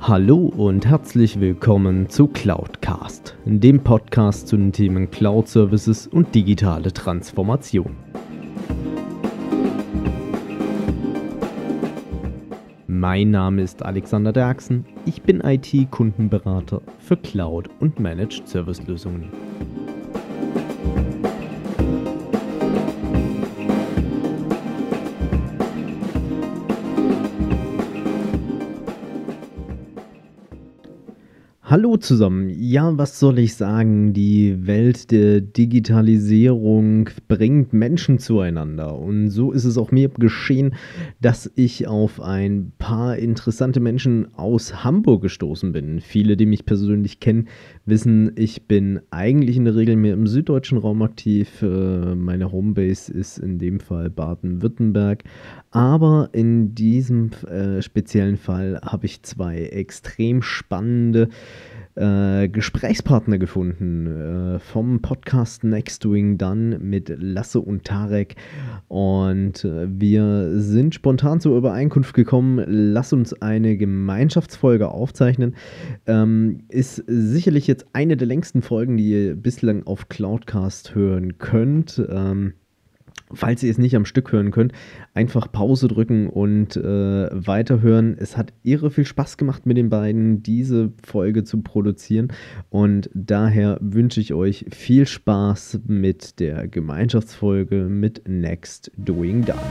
Hallo und herzlich willkommen zu Cloudcast, dem Podcast zu den Themen Cloud Services und digitale Transformation. Mein Name ist Alexander Derksen, ich bin IT-Kundenberater für Cloud- und Managed Service-Lösungen. Hallo zusammen. Ja, was soll ich sagen? Die Welt der Digitalisierung bringt Menschen zueinander. Und so ist es auch mir geschehen, dass ich auf ein paar interessante Menschen aus Hamburg gestoßen bin. Viele, die mich persönlich kennen, wissen, ich bin eigentlich in der Regel mehr im süddeutschen Raum aktiv. Meine Homebase ist in dem Fall Baden-Württemberg. Aber in diesem speziellen Fall habe ich zwei extrem spannende Gesprächspartner gefunden vom Podcast Next Doing Done mit Lasse und Tarek, und wir sind spontan zur Übereinkunft gekommen, lass uns eine Gemeinschaftsfolge aufzeichnen. Ist sicherlich jetzt eine der längsten Folgen, die ihr bislang auf Cloudcast hören könnt. Falls ihr es nicht am Stück hören könnt, einfach Pause drücken und weiterhören. Es hat irre viel Spaß gemacht, mit den beiden diese Folge zu produzieren, und daher wünsche ich euch viel Spaß mit der Gemeinschaftsfolge mit Next Doing Done.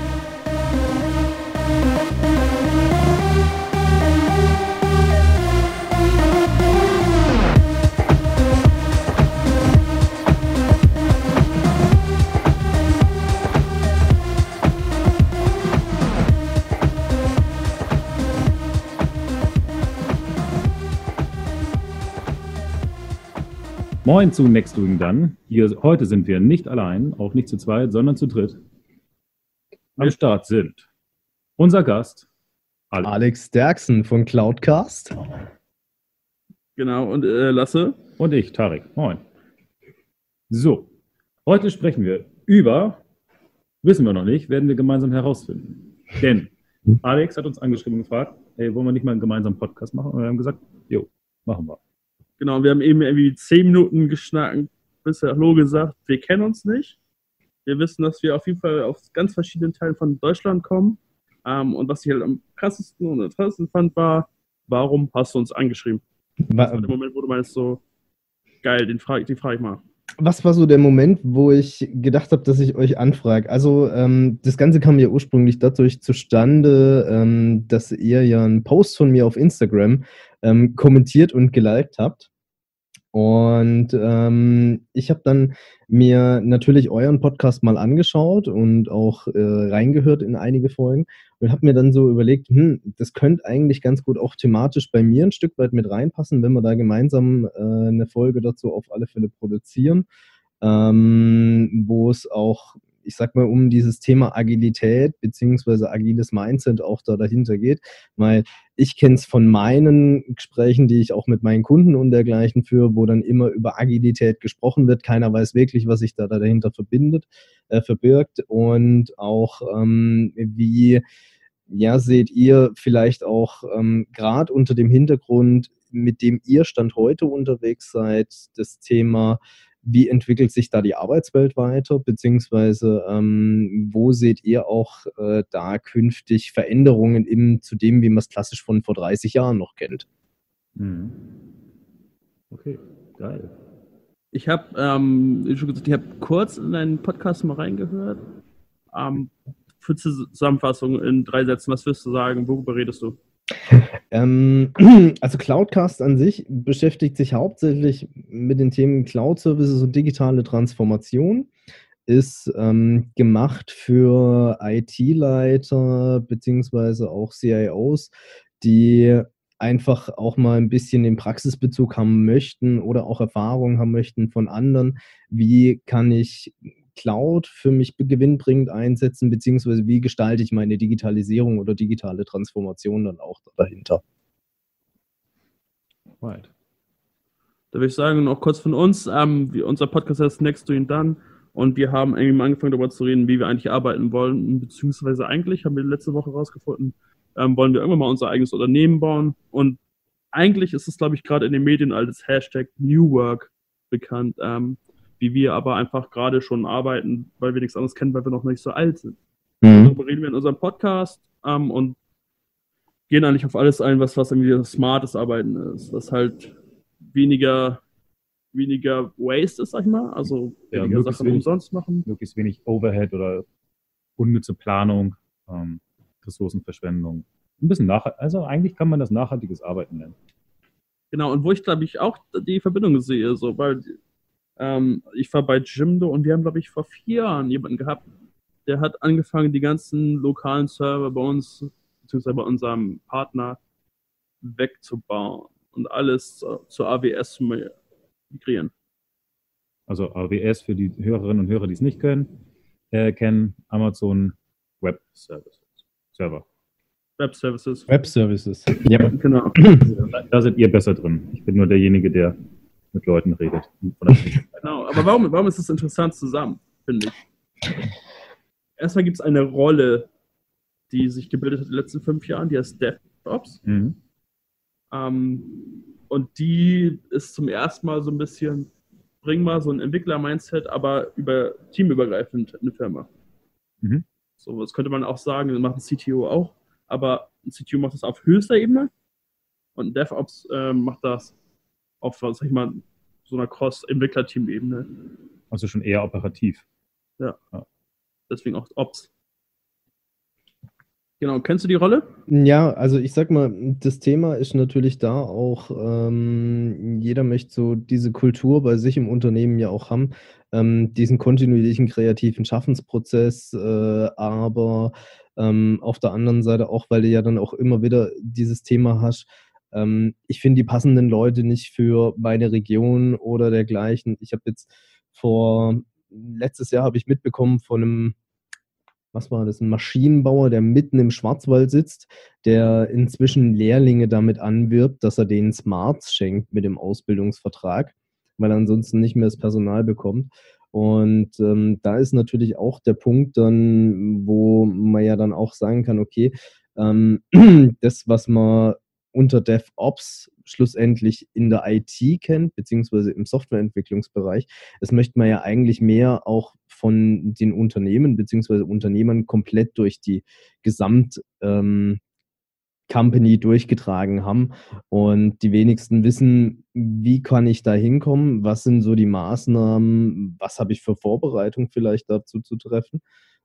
Moin zu Next Doing Done. Heute sind wir nicht allein, auch nicht zu zweit, sondern zu dritt. Am Start sind unser Gast Alex Derksen von Cloudcast. Genau, und Lasse. Und ich, Tarek. Moin. So, heute sprechen wir über, wissen wir noch nicht, werden wir gemeinsam herausfinden. Denn Alex hat uns angeschrieben und gefragt, hey, wollen wir nicht mal einen gemeinsamen Podcast machen? Und wir haben gesagt, jo, machen wir. Genau, wir haben eben irgendwie 10 Minuten geschnackt, bisher Hallo gesagt. Wir kennen uns nicht. Wir wissen, dass wir auf jeden Fall aus ganz verschiedenen Teilen von Deutschland kommen. Und was ich halt am krassesten und interessantesten fand, war, warum hast du uns angeschrieben? Das war der Moment, wo du meinst, so, geil, die frage ich mal. Was war so der Moment, wo ich gedacht habe, dass ich euch anfrage? Also das Ganze kam ja ursprünglich dadurch zustande, dass ihr ja einen Post von mir auf Instagram kommentiert und geliked habt. Und ich habe dann mir natürlich euren Podcast mal angeschaut und auch reingehört in einige Folgen und habe mir dann so überlegt, das könnte eigentlich ganz gut auch thematisch bei mir ein Stück weit mit reinpassen, wenn wir da gemeinsam eine Folge dazu auf alle Fälle produzieren, wo es auch, ich sag mal, um dieses Thema Agilität bzw. agiles Mindset auch da dahinter geht, weil ich kenne es von meinen Gesprächen, die ich auch mit meinen Kunden und dergleichen führe, wo dann immer über Agilität gesprochen wird. Keiner weiß wirklich, was sich da dahinter verbirgt, und auch wie seht ihr vielleicht auch gerade unter dem Hintergrund, mit dem ihr Stand heute unterwegs seid, das Thema, wie entwickelt sich da die Arbeitswelt weiter, beziehungsweise wo seht ihr auch da künftig Veränderungen zu dem, wie man es klassisch von vor 30 Jahren noch kennt? Okay, geil. Ich habe, wie schon gesagt, ich habe kurz in deinen Podcast mal reingehört. Für Zusammenfassung in 3 Sätzen, was wirst du sagen, worüber redest du? Also Cloudcast an sich beschäftigt sich hauptsächlich mit den Themen Cloud Services und digitale Transformation, ist gemacht für IT-Leiter beziehungsweise auch CIOs, die einfach auch mal ein bisschen den Praxisbezug haben möchten oder auch Erfahrungen haben möchten von anderen. Wie kann ich Cloud für mich gewinnbringend einsetzen, beziehungsweise wie gestalte ich meine Digitalisierung oder digitale Transformation dann auch dahinter? Right. Da würde ich sagen, noch kurz von uns, unser Podcast heißt Next Doing Done, und wir haben irgendwie mal angefangen darüber zu reden, wie wir eigentlich arbeiten wollen, beziehungsweise eigentlich haben wir letzte Woche rausgefunden, wollen wir irgendwann mal unser eigenes Unternehmen bauen, und eigentlich ist es, glaube ich, gerade in den Medien als Hashtag New Work bekannt, wie wir aber einfach gerade schon arbeiten, weil wir nichts anderes kennen, weil wir noch nicht so alt sind. Darüber reden wir in unserem Podcast und gehen eigentlich auf alles ein, was irgendwie smartes Arbeiten ist, was halt weniger Waste ist, sag ich mal, also weniger Sachen umsonst machen. Möglichst wenig Overhead oder unnütze Planung, Ressourcenverschwendung. Ein bisschen also eigentlich kann man das nachhaltiges Arbeiten nennen. Genau, und wo ich, glaube ich, auch die Verbindung sehe, so, weil ich war bei Jimdo und wir haben, glaube ich, vor 4 Jahren jemanden gehabt, der hat angefangen, die ganzen lokalen Server bei uns, beziehungsweise bei unserem Partner, wegzubauen und alles zur AWS zu migrieren. Also AWS für die Hörerinnen und Hörer, die es nicht kennen, Amazon Web Services. Server. Web Services. Web Services. Ja, genau. Da seid ihr besser drin. Ich bin nur derjenige, der mit Leuten redet. Genau, aber warum ist es interessant zusammen, finde ich? Erstmal gibt es eine Rolle, die sich gebildet hat in den letzten 5 Jahren, die heißt DevOps. Mhm. Und die ist zum ersten Mal so ein bisschen, bring mal so ein Entwickler-Mindset, aber teamübergreifend in eine Firma. Mhm. So, das könnte man auch sagen, das macht ein CTO auch, aber ein CTO macht das auf höchster Ebene und DevOps macht das auf, sag ich mal, so einer Cross-Entwickler-Team-Ebene. Also schon eher operativ. Ja. Deswegen auch Ops. Genau, kennst du die Rolle? Ja, also ich sag mal, das Thema ist natürlich da auch, jeder möchte so diese Kultur bei sich im Unternehmen ja auch haben, diesen kontinuierlichen kreativen Schaffensprozess, aber auf der anderen Seite auch, weil du ja dann auch immer wieder dieses Thema hast, ich finde die passenden Leute nicht für meine Region oder dergleichen. Ich habe jetzt letztes Jahr habe ich mitbekommen von einem, was war das, ein Maschinenbauer, der mitten im Schwarzwald sitzt, der inzwischen Lehrlinge damit anwirbt, dass er denen Smarts schenkt mit dem Ausbildungsvertrag, weil er ansonsten nicht mehr das Personal bekommt. Und da ist natürlich auch der Punkt dann, wo man ja dann auch sagen kann, okay, das, was man unter DevOps schlussendlich in der IT kennt, beziehungsweise im Softwareentwicklungsbereich, das möchte man ja eigentlich mehr auch von den Unternehmen beziehungsweise Unternehmern komplett durch die Company durchgetragen haben. Und die wenigsten wissen, wie kann ich da hinkommen, was sind so die Maßnahmen, was habe ich für Vorbereitung vielleicht dazu zu treffen.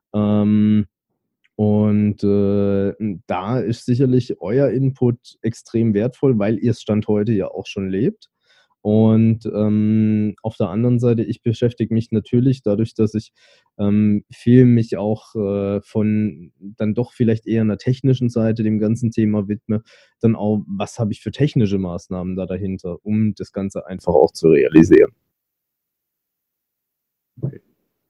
Da ist sicherlich euer Input extrem wertvoll, weil ihr es Stand heute ja auch schon lebt. Und auf der anderen Seite, ich beschäftige mich natürlich dadurch, dass ich viel mich auch von dann doch vielleicht eher einer technischen Seite dem ganzen Thema widme, dann auch, was habe ich für technische Maßnahmen da dahinter, um das Ganze einfach auch zu realisieren. Okay.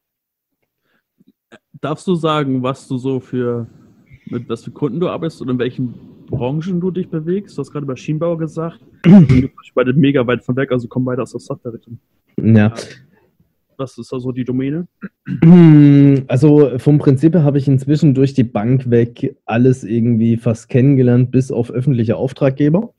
Darfst du sagen, was du so mit was für Kunden du arbeitest oder in welchen Branchen du dich bewegst? Du hast gerade Maschinenbauer gesagt. Beide mega weit von weg, also kommen beide aus der Software-Richtung. Ja. Was ist da so die Domäne? Also vom Prinzip her habe ich inzwischen durch die Bank weg alles irgendwie fast kennengelernt, bis auf öffentliche Auftraggeber.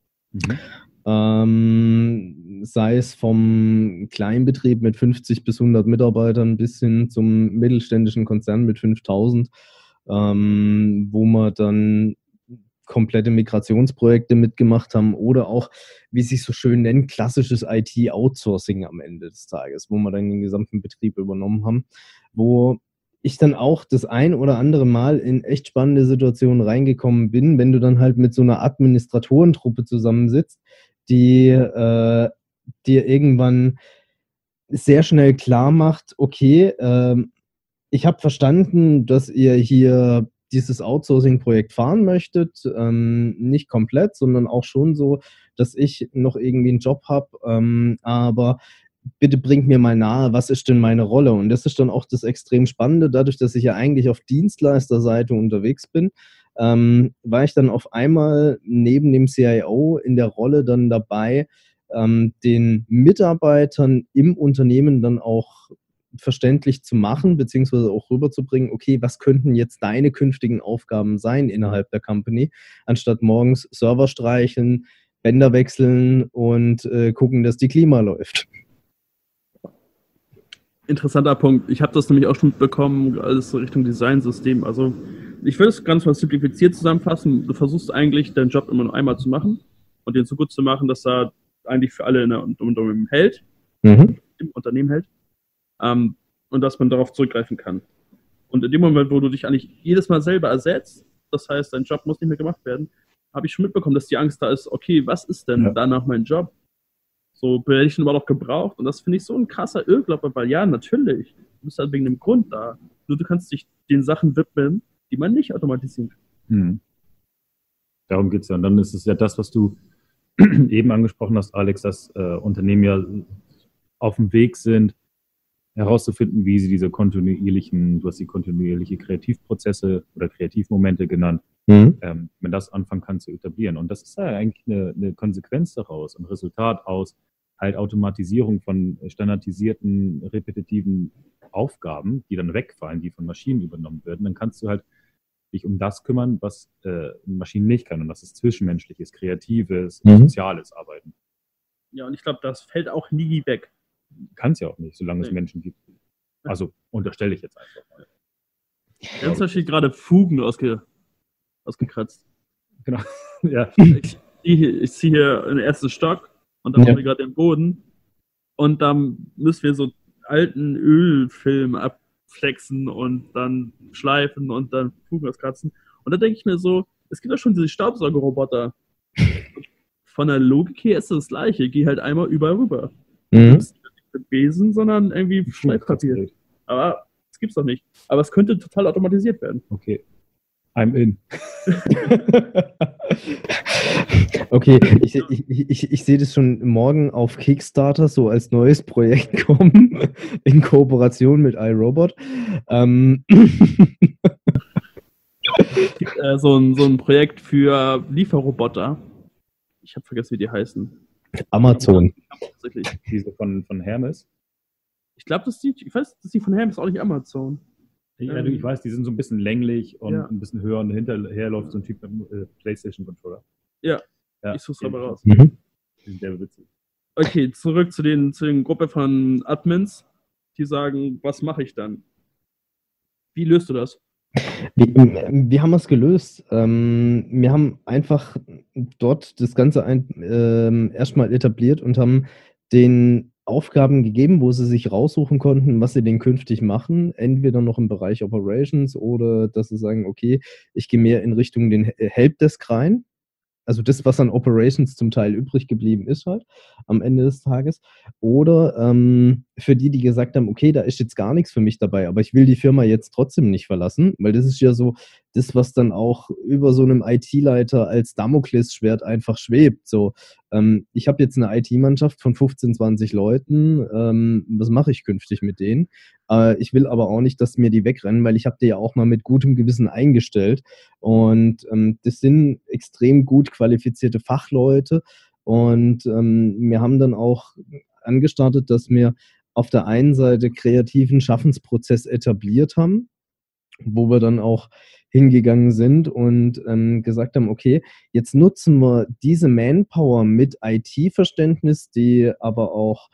Sei es vom Kleinbetrieb mit 50 bis 100 Mitarbeitern bis hin zum mittelständischen Konzern mit 5000, wo wir dann komplette Migrationsprojekte mitgemacht haben oder auch, wie es sich so schön nennt, klassisches IT-Outsourcing am Ende des Tages, wo wir dann den gesamten Betrieb übernommen haben, wo ich dann auch das ein oder andere Mal in echt spannende Situationen reingekommen bin, wenn du dann halt mit so einer Administratorentruppe zusammensitzt, die dir irgendwann sehr schnell klar macht, okay, ich habe verstanden, dass ihr hier dieses Outsourcing-Projekt fahren möchtet, nicht komplett, sondern auch schon so, dass ich noch irgendwie einen Job habe, aber bitte bringt mir mal nahe, was ist denn meine Rolle? Und das ist dann auch das extrem Spannende, dadurch, dass ich ja eigentlich auf Dienstleisterseite unterwegs bin, war ich dann auf einmal neben dem CIO in der Rolle dann dabei, den Mitarbeitern im Unternehmen dann auch verständlich zu machen, beziehungsweise auch rüberzubringen, okay, was könnten jetzt deine künftigen Aufgaben sein innerhalb der Company, anstatt morgens Server streicheln, Bänder wechseln und gucken, dass die Klima läuft. Interessanter Punkt. Ich habe das nämlich auch schon mitbekommen, alles so Richtung Designsystem. Also ich würde es ganz mal simplifiziert zusammenfassen. Du versuchst eigentlich, deinen Job immer nur einmal zu machen und den so gut zu machen, dass er eigentlich für alle in der Unternehmen hält, im Unternehmen hält, und dass man darauf zurückgreifen kann. Und in dem Moment, wo du dich eigentlich jedes Mal selber ersetzt, das heißt, dein Job muss nicht mehr gemacht werden, habe ich schon mitbekommen, dass die Angst da ist, okay, was ist denn danach mein Job? So, werde ich denn überhaupt noch gebraucht? Und das finde ich so ein krasser Irrglaube, weil ja, natürlich, du bist halt wegen dem Grund da. Nur du kannst dich den Sachen widmen, die man nicht automatisieren kann. Darum geht es ja. Und dann ist es ja das, was du eben angesprochen hast, Alex, dass Unternehmen ja auf dem Weg sind, herauszufinden, wie sie diese du hast die kontinuierliche Kreativprozesse oder Kreativmomente genannt, wenn das anfangen kann zu etablieren. Und das ist ja eigentlich eine Konsequenz daraus, ein Resultat aus halt Automatisierung von standardisierten, repetitiven Aufgaben, die dann wegfallen, die von Maschinen übernommen werden. Dann kannst du halt dich um das kümmern, was Maschinen nicht können. Und das ist zwischenmenschliches, kreatives, soziales Arbeiten. Ja, und ich glaube, das fällt auch nie weg. Kann es ja auch nicht, solange es Menschen gibt. Also unterstelle ich jetzt einfach mal. Wir haben zum Beispiel gerade Fugen ausgekratzt. Genau. Ja. Ich ziehe hier in den ersten Stock und dann haben wir gerade den Boden. Und dann müssen wir so alten Ölfilm abflexen und dann schleifen und dann Fugen auskratzen. Und da denke ich mir so, es gibt ja schon diese Staubsaugerroboter. Von der Logik her ist das Gleiche. Geh halt einmal überall rüber. Nicht mit Besen, sondern irgendwie Schleifpapier. Aber das gibt's doch nicht. Aber es könnte total automatisiert werden. Okay. I'm in. Okay, ich sehe das schon morgen auf Kickstarter so als neues Projekt kommen, in Kooperation mit iRobot. So ein Projekt für Lieferroboter. Ich habe vergessen, wie die heißen. Amazon. Diese von Hermes. Ich glaube, dass die von Hermes auch nicht Amazon. Ja, ich weiß, die sind so ein bisschen länglich und ein bisschen höher und hinterher läuft so ein Typ mit einem PlayStation-Controller. Ja, ich suche es aber raus. Die sind sehr witzig. Okay, zurück zu den Gruppe von Admins, die sagen, was mache ich dann? Wie löst du das? Wie haben wir es gelöst? Wir haben einfach dort das Ganze erstmal etabliert und haben den Aufgaben gegeben, wo sie sich raussuchen konnten, was sie denn künftig machen. Entweder noch im Bereich Operations oder dass sie sagen, okay, ich gehe mehr in Richtung den Helpdesk rein. Also das, was an Operations zum Teil übrig geblieben ist halt am Ende des Tages. Oder für die gesagt haben, okay, da ist jetzt gar nichts für mich dabei, aber ich will die Firma jetzt trotzdem nicht verlassen, weil das ist ja so das, was dann auch über so einem IT-Leiter als Damoklesschwert einfach schwebt. So, ich habe jetzt eine IT-Mannschaft von 15, 20 Leuten, was mache ich künftig mit denen? Ich will aber auch nicht, dass mir die wegrennen, weil ich habe die ja auch mal mit gutem Gewissen eingestellt. Und das sind extrem gut qualifizierte Fachleute. Und wir haben dann auch angestartet, dass wir auf der einen Seite kreativen Schaffensprozess etabliert haben, wo wir dann auch hingegangen sind und gesagt haben, okay, jetzt nutzen wir diese Manpower mit IT-Verständnis, die aber auch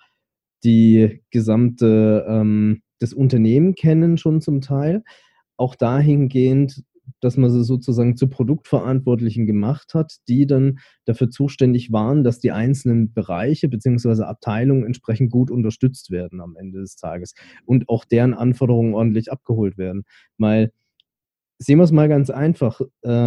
die gesamte das Unternehmen kennen schon zum Teil, auch dahingehend, dass man sie sozusagen zu Produktverantwortlichen gemacht hat, die dann dafür zuständig waren, dass die einzelnen Bereiche bzw. Abteilungen entsprechend gut unterstützt werden am Ende des Tages und auch deren Anforderungen ordentlich abgeholt werden. Weil, sehen wir es mal ganz einfach,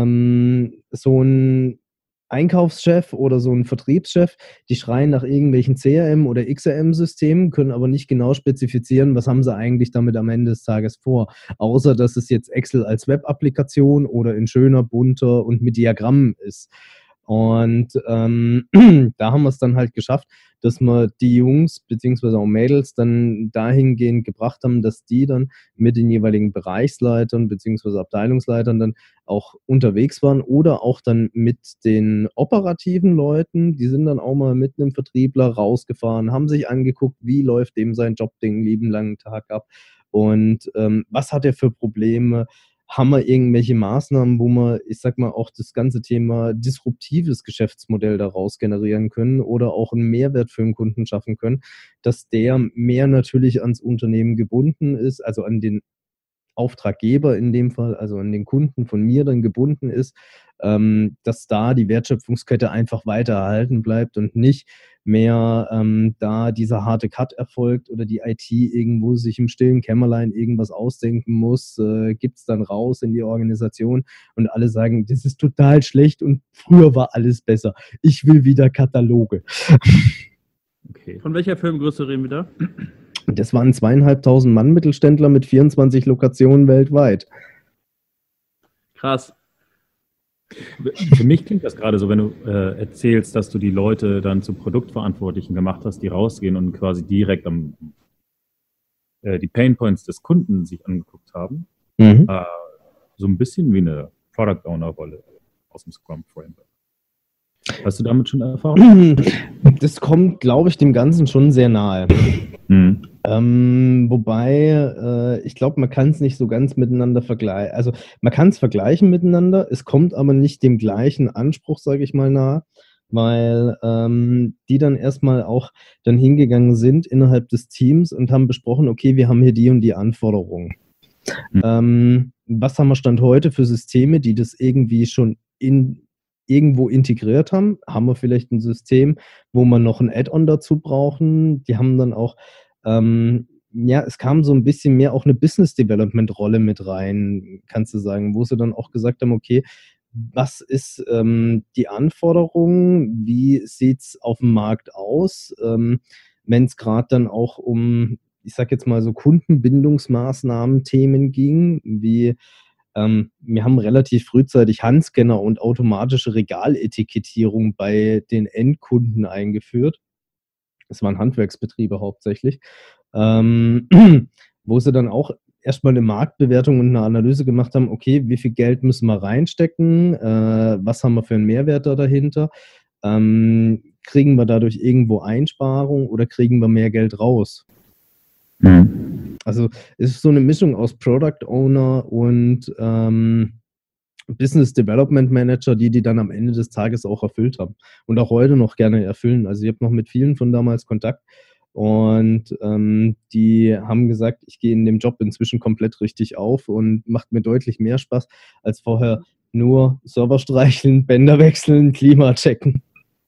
so ein Einkaufschef oder so ein Vertriebschef, die schreien nach irgendwelchen CRM- oder XRM-Systemen, können aber nicht genau spezifizieren, was haben sie eigentlich damit am Ende des Tages vor. Außer, dass es jetzt Excel als Web-Applikation oder in schöner, bunter und mit Diagrammen ist. Und da haben wir es dann halt geschafft, dass wir die Jungs bzw. auch Mädels dann dahingehend gebracht haben, dass die dann mit den jeweiligen Bereichsleitern bzw. Abteilungsleitern dann auch unterwegs waren oder auch dann mit den operativen Leuten, die sind dann auch mal mit einem Vertriebler rausgefahren, haben sich angeguckt, wie läuft dem sein Job den lieben langen Tag ab und was hat er für Probleme, haben wir irgendwelche Maßnahmen, wo wir, ich sag mal, auch das ganze Thema disruptives Geschäftsmodell daraus generieren können oder auch einen Mehrwert für den Kunden schaffen können, dass der mehr natürlich ans Unternehmen gebunden ist, also an den Auftraggeber in dem Fall, also an den Kunden von mir dann gebunden ist, dass da die Wertschöpfungskette einfach weiter erhalten bleibt und nicht mehr da dieser harte Cut erfolgt oder die IT irgendwo sich im stillen Kämmerlein irgendwas ausdenken muss, gibt es dann raus in die Organisation und alle sagen, das ist total schlecht und früher war alles besser. Ich will wieder Kataloge. Okay. Von welcher Firmengröße reden wir da? Das waren 2.500 Mann Mittelständler mit 24 Lokationen weltweit. Krass. Für mich klingt das gerade so, wenn du erzählst, dass du die Leute dann zu Produktverantwortlichen gemacht hast, die rausgehen und quasi direkt die Painpoints des Kunden sich angeguckt haben. So ein bisschen wie eine Product Owner Rolle aus dem Scrum Framework. Hast du damit schon Erfahrung? Das kommt, glaube ich, dem Ganzen schon sehr nahe. Wobei, ich glaube, man kann es nicht so ganz miteinander vergleichen. Also man kann es vergleichen miteinander, es kommt aber nicht dem gleichen Anspruch, sage ich mal, nahe, weil die dann erstmal auch dann hingegangen sind innerhalb des Teams und haben besprochen, okay, wir haben hier die und die Anforderungen. Was haben wir Stand heute für Systeme, die das irgendwie schon irgendwo integriert haben? Haben wir vielleicht ein System, wo wir noch ein Add-on dazu brauchen? Die haben dann auch, es kam so ein bisschen mehr auch eine Business-Development-Rolle mit rein, kannst du sagen, wo sie dann auch gesagt haben, okay, was ist die Anforderung? Wie sieht es auf dem Markt aus? Wenn es gerade dann auch um, ich sag jetzt mal so Kundenbindungsmaßnahmen, Themen ging, wie wir haben relativ frühzeitig Handscanner und automatische Regaletikettierung bei den Endkunden eingeführt. Das waren Handwerksbetriebe hauptsächlich, wo sie dann auch erstmal eine Marktbewertung und eine Analyse gemacht haben, okay, wie viel Geld müssen wir reinstecken, was haben wir für einen Mehrwert da dahinter, kriegen wir dadurch irgendwo Einsparung oder kriegen wir mehr Geld raus? Also es ist so eine Mischung aus Product Owner und Business Development Manager, die dann am Ende des Tages auch erfüllt haben und auch heute noch gerne erfüllen. Also ich habe noch mit vielen von damals Kontakt und die haben gesagt, ich gehe in dem Job inzwischen komplett richtig auf und macht mir deutlich mehr Spaß als vorher nur Server streicheln, Bänder wechseln, Klima checken.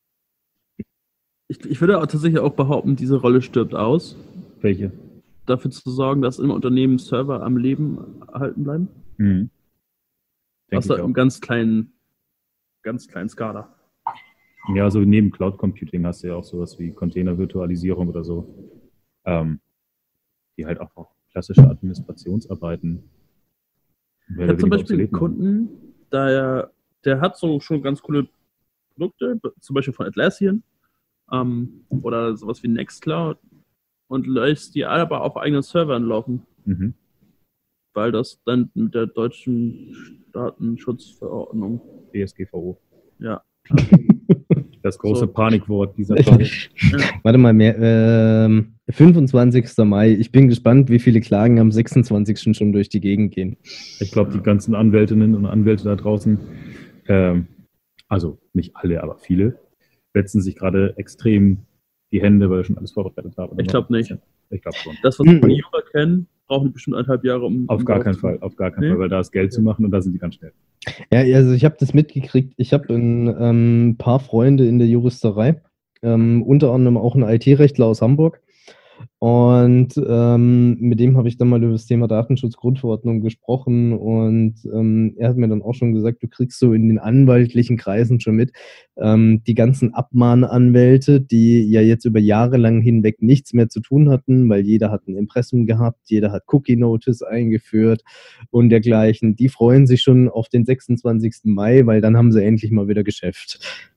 Ich würde auch tatsächlich auch behaupten, diese Rolle stirbt aus. Welche? Dafür zu sorgen, dass im Unternehmen Server am Leben erhalten bleiben. Außer im ganz kleinen Skala. Ja, so neben Cloud Computing hast du ja auch sowas wie Container-Virtualisierung oder so, die halt auch klassische Administrationsarbeiten. Ich habe zum Beispiel einen Kunden, der hat so schon ganz coole Produkte, zum Beispiel von Atlassian oder sowas wie Nextcloud und lässt die aber auf eigenen Servern laufen. Weil das dann mit der deutschen Datenschutzverordnung DSGVO. Ja. Das große Panikwort dieser Tage. Warte mal, 25. Mai. Ich bin gespannt, wie viele Klagen am 26. schon durch die Gegend gehen. Ich glaube, die ganzen Anwältinnen und Anwälte da draußen, also nicht alle, aber viele, wetzen sich gerade extrem die Hände, weil ich schon alles vorbereitet habe. Ich glaube nicht. Ich glaube schon. Das, was wir von Jura kennen, brauchen die bestimmt 1,5 Jahre, um... Auf gar keinen Fall, weil da ist Geld zu machen und da sind die ganz schnell. Ja, also ich habe das mitgekriegt. Ich habe ein paar Freunde in der Juristerei, unter anderem auch einen IT-Rechtler aus Hamburg. Und mit dem habe ich dann mal über das Thema Datenschutzgrundverordnung gesprochen und er hat mir dann auch schon gesagt, du kriegst so in den anwaltlichen Kreisen schon mit, die ganzen Abmahnanwälte, die ja jetzt über Jahre lang hinweg nichts mehr zu tun hatten, weil jeder hat ein Impressum gehabt, jeder hat Cookie-Notice eingeführt und dergleichen, die freuen sich schon auf den 26. Mai, weil dann haben sie endlich mal wieder Geschäft.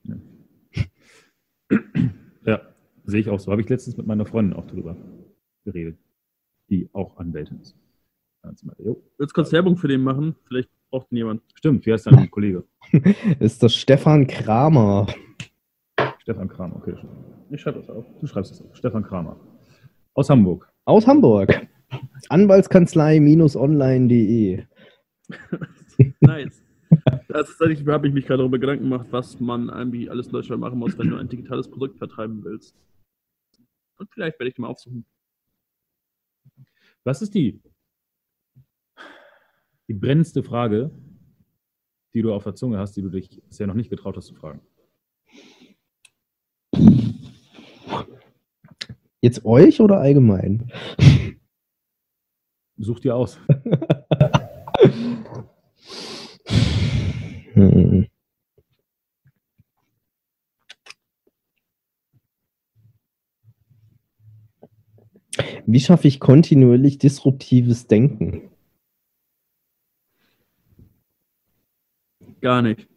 Ja. Sehe ich auch so. Habe ich letztens mit meiner Freundin auch drüber geredet, die auch Anwältin ist. Willst du kurz Werbung für den machen? Vielleicht braucht ihn jemand. Stimmt, wie heißt dein Kollege? Ist das Stefan Kramer. Stefan Kramer, okay. Ich schreibe das auf. Du schreibst das auf. Stefan Kramer. Aus Hamburg. Aus Hamburg. Anwaltskanzlei-online.de. Nice. Tatsächlich habe ich mich gerade darüber Gedanken gemacht, was man irgendwie alles in Deutschland machen muss, wenn du ein digitales Produkt vertreiben willst. Und vielleicht werde ich die mal aufsuchen. Was ist die brennendste Frage, die du auf der Zunge hast, die du dich bisher noch nicht getraut hast zu fragen? Jetzt euch oder allgemein? Such dir aus. Wie schaffe ich kontinuierlich disruptives Denken? Gar nicht.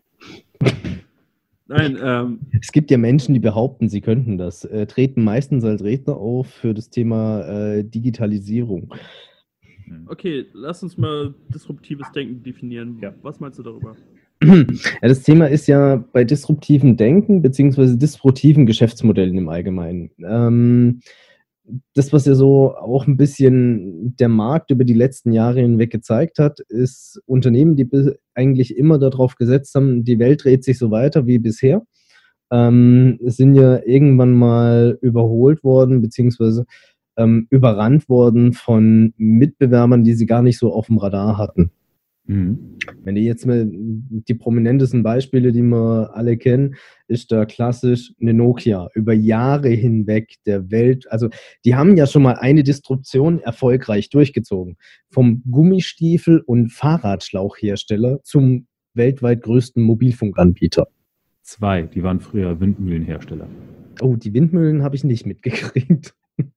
Nein, Es gibt ja Menschen, die behaupten, sie könnten das, treten meistens als Redner auf für das Thema Digitalisierung. okay, lass uns mal disruptives Denken definieren. Ja. Was meinst du darüber? Ja, das Thema ist ja bei disruptivem Denken beziehungsweise disruptiven Geschäftsmodellen im Allgemeinen. Das, was ja so auch ein bisschen der Markt über die letzten Jahre hinweg gezeigt hat, ist Unternehmen, die eigentlich immer darauf gesetzt haben, die Welt dreht sich so weiter wie bisher, sind ja irgendwann mal überholt worden, beziehungsweise überrannt worden von Mitbewerbern, die sie gar nicht so auf dem Radar hatten. Wenn ihr jetzt mal die prominentesten Beispiele, die wir alle kennen, ist da klassisch eine Nokia über Jahre hinweg der Welt. Also die haben ja schon mal eine Disruption erfolgreich durchgezogen. Vom Gummistiefel- und Fahrradschlauchhersteller zum weltweit größten Mobilfunkanbieter. 2, die waren früher Windmühlenhersteller. Oh, die Windmühlen habe ich nicht mitgekriegt.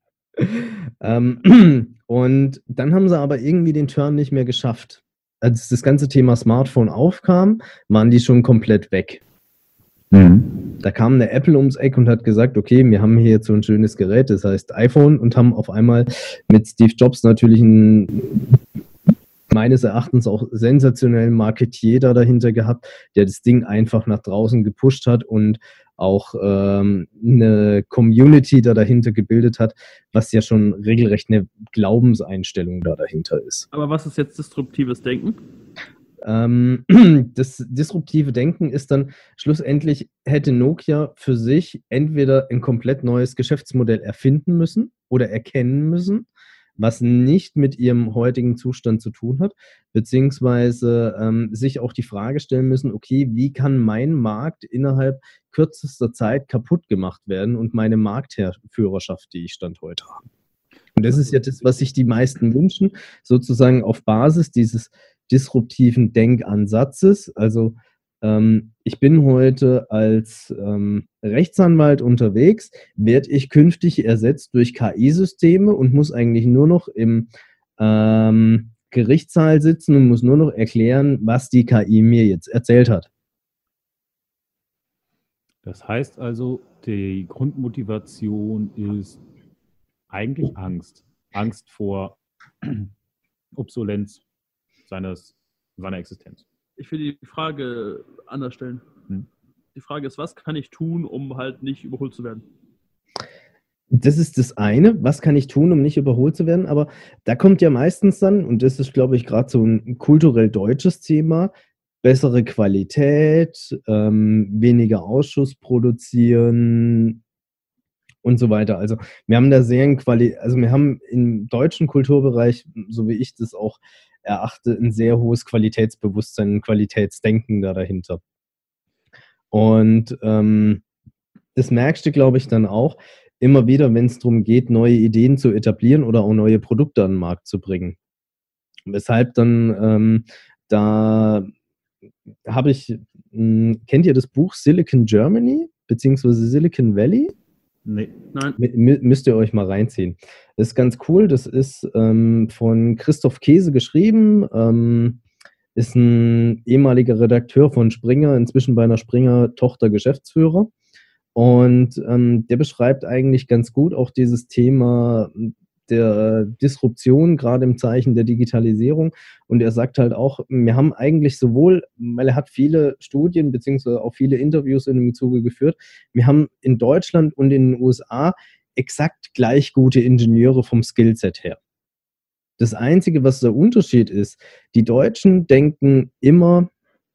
Und dann haben sie aber irgendwie den Turn nicht mehr geschafft. Als das ganze Thema Smartphone aufkam, waren die schon komplett weg. Da kam eine Apple ums Eck und hat gesagt, okay, wir haben hier jetzt so ein schönes Gerät, das heißt iPhone, und haben auf einmal mit Steve Jobs natürlich einen meines Erachtens auch sensationellen Marketier da dahinter gehabt, der das Ding einfach nach draußen gepusht hat und auch eine Community da dahinter gebildet hat, was ja schon regelrecht eine Glaubenseinstellung da dahinter ist. Aber was ist jetzt disruptives Denken? Das disruptive Denken ist dann, schlussendlich hätte Nokia für sich entweder ein komplett neues Geschäftsmodell erfinden müssen oder erkennen müssen, was nicht mit ihrem heutigen Zustand zu tun hat, beziehungsweise sich auch die Frage stellen müssen, okay, wie kann mein Markt innerhalb kürzester Zeit kaputt gemacht werden und meine Marktführerschaft, die ich Stand heute habe. Und das ist ja das, was sich die meisten wünschen, sozusagen auf Basis dieses disruptiven Denkansatzes. Also ich bin heute als Rechtsanwalt unterwegs, werde ich künftig ersetzt durch KI-Systeme und muss eigentlich nur noch im Gerichtssaal sitzen und muss nur noch erklären, was die KI mir jetzt erzählt hat. Das heißt also, die Grundmotivation ist eigentlich Angst. Angst vor Obsolenz seiner Existenz. Ich will die Frage anders stellen. Die Frage ist, was kann ich tun, um halt nicht überholt zu werden? Das ist das eine, was kann ich tun, um nicht überholt zu werden, aber da kommt ja meistens dann, und das ist, glaube ich, gerade so ein kulturell deutsches Thema, bessere Qualität, weniger Ausschuss produzieren und so weiter. Also wir haben da sehr wir haben im deutschen Kulturbereich, so wie ich das auch erachte, ein sehr hohes Qualitätsbewusstsein, ein Qualitätsdenken da dahinter. Und das merkst du, glaube ich, dann auch immer wieder, wenn es darum geht, neue Ideen zu etablieren oder auch neue Produkte an den Markt zu bringen. Weshalb dann da habe ich, kennt ihr das Buch Silicon Germany beziehungsweise Silicon Valley? Nee. Nein. Müsst ihr euch mal reinziehen. Das ist ganz cool. Das ist von Christoph Käse geschrieben. Ist ein ehemaliger Redakteur von Springer, inzwischen bei einer Springer-Tochter Geschäftsführer. Und der beschreibt eigentlich ganz gut auch dieses Thema der Disruption, gerade im Zeichen der Digitalisierung. Und er sagt halt auch, wir haben eigentlich sowohl, weil er hat viele Studien beziehungsweise auch viele Interviews in dem Zuge geführt, wir haben in Deutschland und in den USA exakt gleich gute Ingenieure vom Skillset her. Das Einzige, was der Unterschied ist, die Deutschen denken immer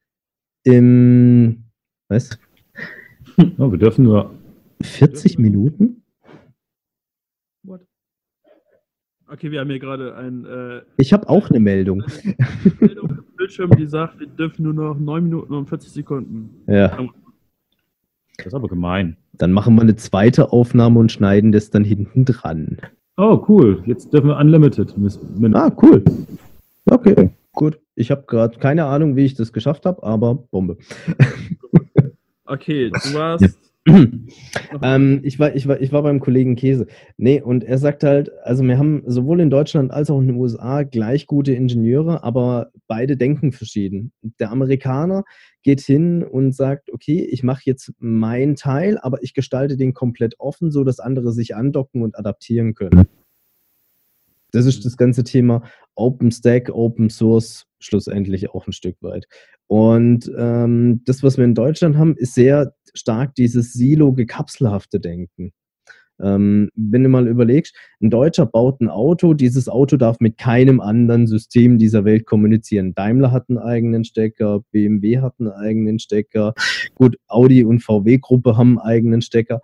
im, was? Ja, wir dürfen nur 40 Minuten? What? Okay, wir haben hier gerade ein Ich habe auch eine Meldung. Meldung im Bildschirm, die sagt, wir dürfen nur noch 9 Minuten und 40 Sekunden. Ja. Das ist aber gemein. Dann machen wir eine zweite Aufnahme und schneiden das dann hinten dran. Oh, cool. Jetzt dürfen wir Unlimited. Ah, cool. Okay, gut. Ich habe gerade keine Ahnung, wie ich das geschafft habe, aber Bombe. Okay, du warst... Ich war beim Kollegen Käse. Nee, und er sagt halt, also wir haben sowohl in Deutschland als auch in den USA gleich gute Ingenieure, aber beide denken verschieden. Der Amerikaner geht hin und sagt, okay, ich mache jetzt meinen Teil, aber ich gestalte den komplett offen, so dass andere sich andocken und adaptieren können. Das ist das ganze Thema OpenStack, Open Source schlussendlich auch ein Stück weit. Und das, was wir in Deutschland haben, ist sehr stark dieses Silo-gekapselhafte Denken. Wenn du mal überlegst, ein Deutscher baut ein Auto, dieses Auto darf mit keinem anderen System dieser Welt kommunizieren. Daimler hat einen eigenen Stecker, BMW hat einen eigenen Stecker, gut, Audi und VW-Gruppe haben einen eigenen Stecker,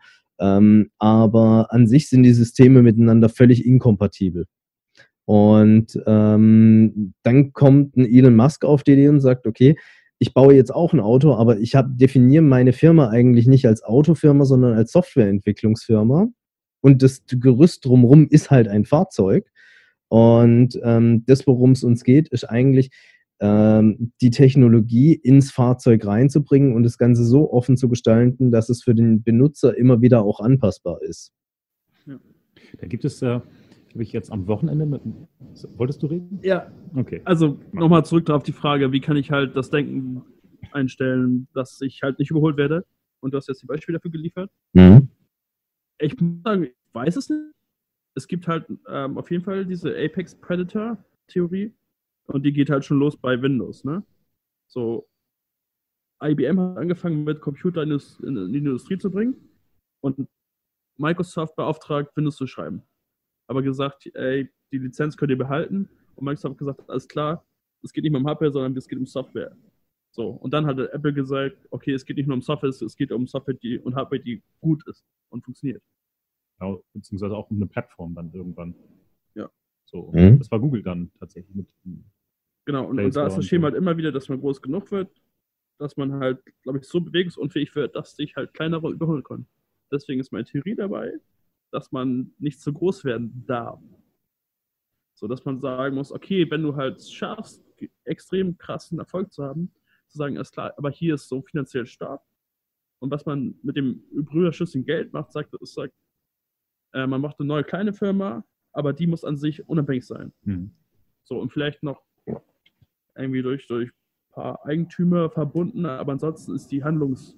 aber an sich sind die Systeme miteinander völlig inkompatibel. Und dann kommt ein Elon Musk auf die Idee und sagt, okay, ich baue jetzt auch ein Auto, aber ich definiere meine Firma eigentlich nicht als Autofirma, sondern als Softwareentwicklungsfirma. Und das Gerüst drumherum ist halt ein Fahrzeug. Und das, worum es uns geht, ist eigentlich die Technologie ins Fahrzeug reinzubringen und das Ganze so offen zu gestalten, dass es für den Benutzer immer wieder auch anpassbar ist. Ja. Da gibt es habe ich jetzt am Wochenende mit... Wolltest du reden? Ja. Okay. Also nochmal zurück auf die Frage, wie kann ich halt das Denken einstellen, dass ich halt nicht überholt werde? Und du hast jetzt die Beispiele dafür geliefert. Mhm. Ich muss sagen, ich weiß es nicht. Es gibt halt auf jeden Fall diese Apex Predator Theorie und die geht halt schon los bei Windows, ne? So, IBM hat angefangen mit Computer in die Industrie zu bringen und Microsoft beauftragt, Windows zu schreiben. Aber gesagt, ey, die Lizenz könnt ihr behalten. Und Microsoft hat gesagt, alles klar, es geht nicht mehr um Hardware, sondern es geht um Software. So, und dann hat Apple gesagt, okay, es geht nicht nur um Software, es geht um Software und Hardware, die gut ist und funktioniert. Ja, beziehungsweise auch um eine Plattform dann irgendwann. Ja. So, das war Google dann tatsächlich mit. Genau, und da ist das Schema halt immer wieder, dass man groß genug wird, dass man halt, glaube ich, so bewegungsunfähig wird, dass sich halt kleinere überholen können. Deswegen ist meine Theorie dabei, dass man nicht zu groß werden darf. So, dass man sagen muss, okay, wenn du halt schaffst, extrem krassen Erfolg zu haben, zu sagen, ist klar, aber hier ist so finanziell stark. Und was man mit dem überschüssigen Geld macht, man macht eine neue kleine Firma, aber die muss an sich unabhängig sein. So, und vielleicht noch irgendwie durch ein paar Eigentümer verbunden, aber ansonsten ist die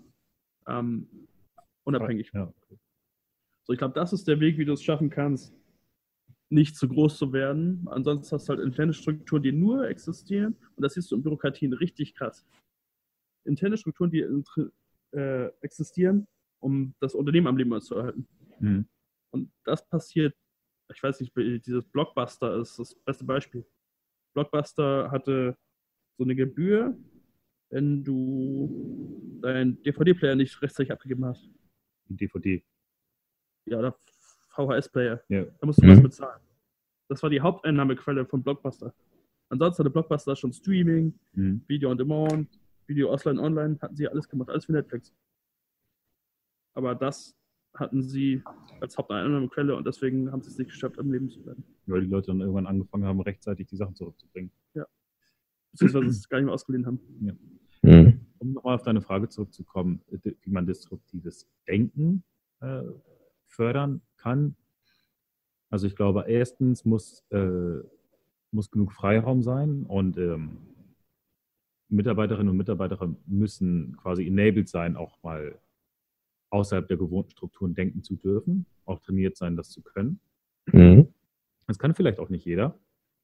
unabhängig. Ja. So, ich glaube, das ist der Weg, wie du es schaffen kannst, nicht zu groß zu werden. Ansonsten hast du halt interne Strukturen, die nur existieren. Und das siehst du in Bürokratien richtig krass. Interne Strukturen, die existieren, um das Unternehmen am Leben zu erhalten. Und das passiert, ich weiß nicht, dieses Blockbuster ist das beste Beispiel. Blockbuster hatte so eine Gebühr, wenn du deinen DVD-Player nicht rechtzeitig abgegeben hast. DVD. Ja, oder VHS-Player. Ja. Da musst du was bezahlen. Das war die Haupteinnahmequelle von Blockbuster. Ansonsten hatte Blockbuster schon Streaming, Video on Demand, Video offline, online, hatten sie alles gemacht, alles für Netflix. Aber das hatten sie als Haupteinnahmequelle und deswegen haben sie es nicht geschafft, am Leben zu bleiben. Weil die Leute dann irgendwann angefangen haben, rechtzeitig die Sachen zurückzubringen. Ja. Beziehungsweise es gar nicht mehr ausgeliehen haben. Ja. Um nochmal auf deine Frage zurückzukommen, wie man disruptives Denken fördern kann. Also ich glaube, erstens muss genug Freiraum sein und Mitarbeiterinnen und Mitarbeiter müssen quasi enabled sein, auch mal außerhalb der gewohnten Strukturen denken zu dürfen, auch trainiert sein, das zu können. Das kann vielleicht auch nicht jeder.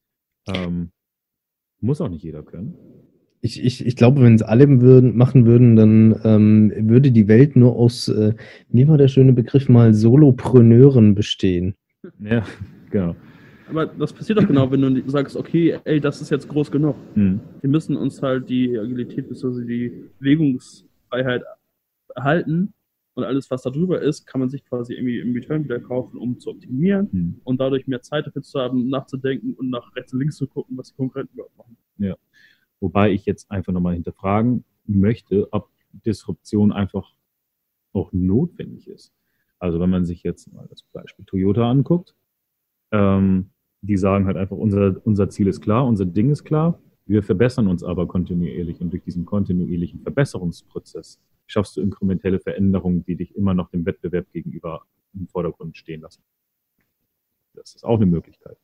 Muss auch nicht jeder können. Ich glaube, wenn es alle machen würden, dann würde die Welt nur aus, wie war der schöne Begriff mal, Solopreneuren bestehen. Ja, genau. Aber das passiert doch genau, wenn du sagst, okay, ey, das ist jetzt groß genug. Wir müssen uns halt die Agilität bzw. die Bewegungsfreiheit erhalten und alles, was da drüber ist, kann man sich quasi irgendwie im Return wieder kaufen, um zu optimieren und dadurch mehr Zeit dafür zu haben, nachzudenken und nach rechts und links zu gucken, was die Konkurrenten überhaupt machen. Ja. Wobei ich jetzt einfach nochmal hinterfragen möchte, ob Disruption einfach auch notwendig ist. Also wenn man sich jetzt mal das Beispiel Toyota anguckt, die sagen halt einfach, unser Ziel ist klar, unser Ding ist klar, wir verbessern uns aber kontinuierlich und durch diesen kontinuierlichen Verbesserungsprozess schaffst du inkrementelle Veränderungen, die dich immer noch dem Wettbewerb gegenüber im Vordergrund stehen lassen. Das ist auch eine Möglichkeit.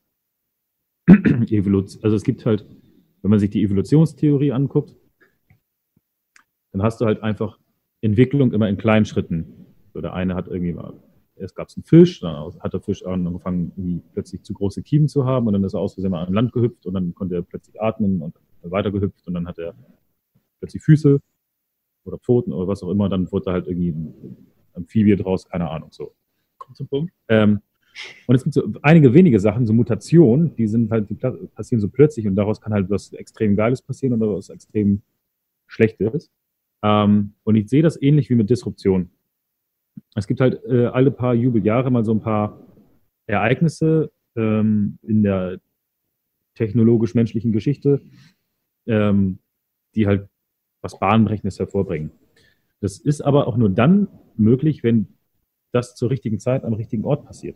Also es gibt halt, wenn man sich die Evolutionstheorie anguckt, dann hast du halt einfach Entwicklung immer in kleinen Schritten. So, der eine hat irgendwie mal, erst gab es einen Fisch, dann hat der Fisch angefangen, irgendwie plötzlich zu große Kiemen zu haben und dann ist er aus Versehen mal an Land gehüpft und dann konnte er plötzlich atmen und weiter gehüpft und dann hat er plötzlich Füße oder Pfoten oder was auch immer, dann wurde da halt irgendwie ein Amphibie draus, keine Ahnung, so. Kommt zum Punkt. Und es gibt so einige wenige Sachen, so Mutationen, die passieren so plötzlich und daraus kann halt was extrem Geiles passieren oder was extrem Schlechtes. Und ich sehe das ähnlich wie mit Disruption. Es gibt halt alle paar Jubeljahre mal so ein paar Ereignisse in der technologisch-menschlichen Geschichte, die halt was Bahnbrechendes hervorbringen. Das ist aber auch nur dann möglich, wenn das zur richtigen Zeit am richtigen Ort passiert.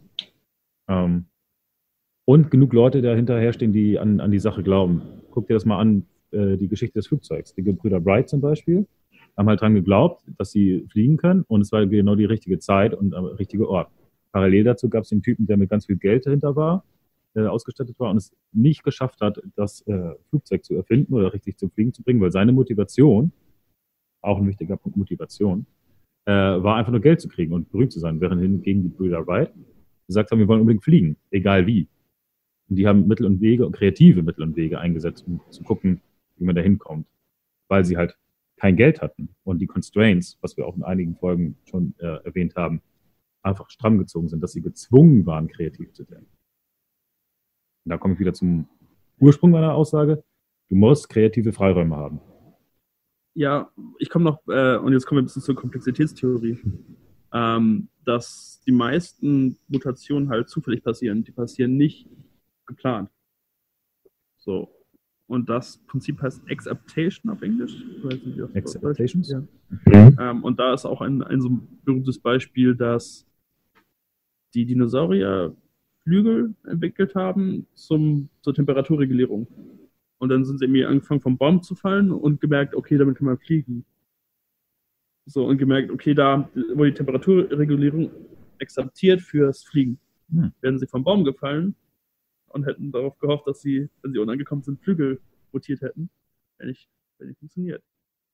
Und genug Leute dahinterherstehen, die an die Sache glauben. Guck dir das mal an, die Geschichte des Flugzeugs. Die Gebrüder Wright zum Beispiel haben halt dran geglaubt, dass sie fliegen können und es war genau die richtige Zeit und der richtige Ort. Parallel dazu gab es den Typen, der mit ganz viel Geld dahinter war, ausgestattet war und es nicht geschafft hat, das Flugzeug zu erfinden oder richtig zum Fliegen zu bringen, weil seine Motivation, auch ein wichtiger Punkt Motivation, war einfach nur Geld zu kriegen und berühmt zu sein, während hingegen die Brüder Wright gesagt haben, wir wollen unbedingt fliegen, egal wie. Und die haben Mittel und Wege, kreative Mittel und Wege eingesetzt, um zu gucken, wie man da hinkommt, weil sie halt kein Geld hatten und die Constraints, was wir auch in einigen Folgen schon erwähnt haben, einfach stramm gezogen sind, dass sie gezwungen waren, kreativ zu denken. Und da komme ich wieder zum Ursprung meiner Aussage. Du musst kreative Freiräume haben. Ja, ich komme noch, und jetzt kommen wir ein bisschen zur Komplexitätstheorie, dass die meisten Mutationen halt zufällig passieren. Die passieren nicht geplant. So. Und das Prinzip heißt Exaptation auf Englisch. Ich weiß nicht, wie das Exaptations? Ja. Und da ist auch ein so ein berühmtes Beispiel, dass die Dinosaurier Flügel entwickelt haben zur Temperaturregulierung. Und dann sind sie irgendwie angefangen vom Baum zu fallen und gemerkt, okay, damit kann man fliegen. So, und gemerkt, okay, da wurde die Temperaturregulierung exaptiert fürs Fliegen. Wären sie vom Baum gefallen und hätten darauf gehofft, dass sie, wenn sie unten angekommen sind, Flügel rotiert hätten, wenn nicht funktioniert.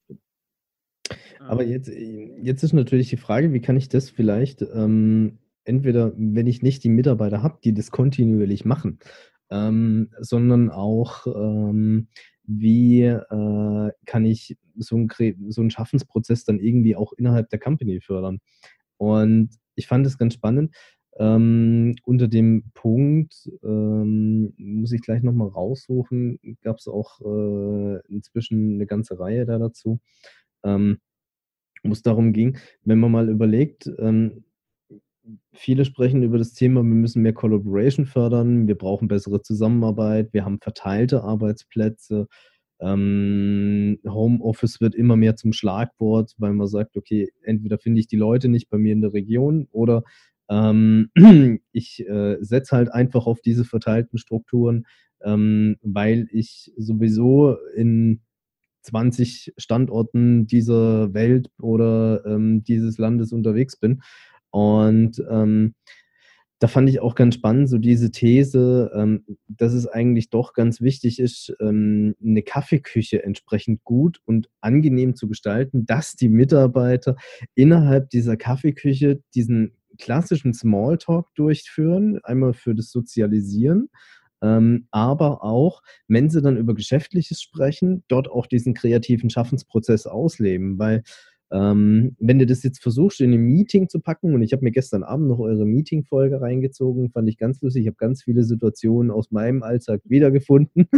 Aber jetzt ist natürlich die Frage, wie kann ich das vielleicht entweder, wenn ich nicht die Mitarbeiter habe, die das kontinuierlich machen, sondern auch, wie kann ich so einen Schaffensprozess dann irgendwie auch innerhalb der Company fördern. Und ich fand es ganz spannend. Unter dem Punkt, muss ich gleich nochmal raussuchen, gab es auch inzwischen eine ganze Reihe da dazu, wo es darum ging, wenn man mal überlegt, viele sprechen über das Thema, wir müssen mehr Collaboration fördern, wir brauchen bessere Zusammenarbeit, wir haben verteilte Arbeitsplätze, Homeoffice wird immer mehr zum Schlagwort, weil man sagt, okay, entweder finde ich die Leute nicht bei mir in der Region oder ich setze halt einfach auf diese verteilten Strukturen, weil ich sowieso in 20 Standorten dieser Welt oder dieses Landes unterwegs bin. Und da fand ich auch ganz spannend, so diese These, dass es eigentlich doch ganz wichtig ist, eine Kaffeeküche entsprechend gut und angenehm zu gestalten, dass die Mitarbeiter innerhalb dieser Kaffeeküche diesen klassischen Smalltalk durchführen, einmal für das Sozialisieren, aber auch, wenn sie dann über Geschäftliches sprechen, dort auch diesen kreativen Schaffensprozess ausleben, weil Wenn du das jetzt versuchst, in ein Meeting zu packen, und ich habe mir gestern Abend noch eure Meeting-Folge reingezogen, fand ich ganz lustig. Ich habe ganz viele Situationen aus meinem Alltag wiedergefunden.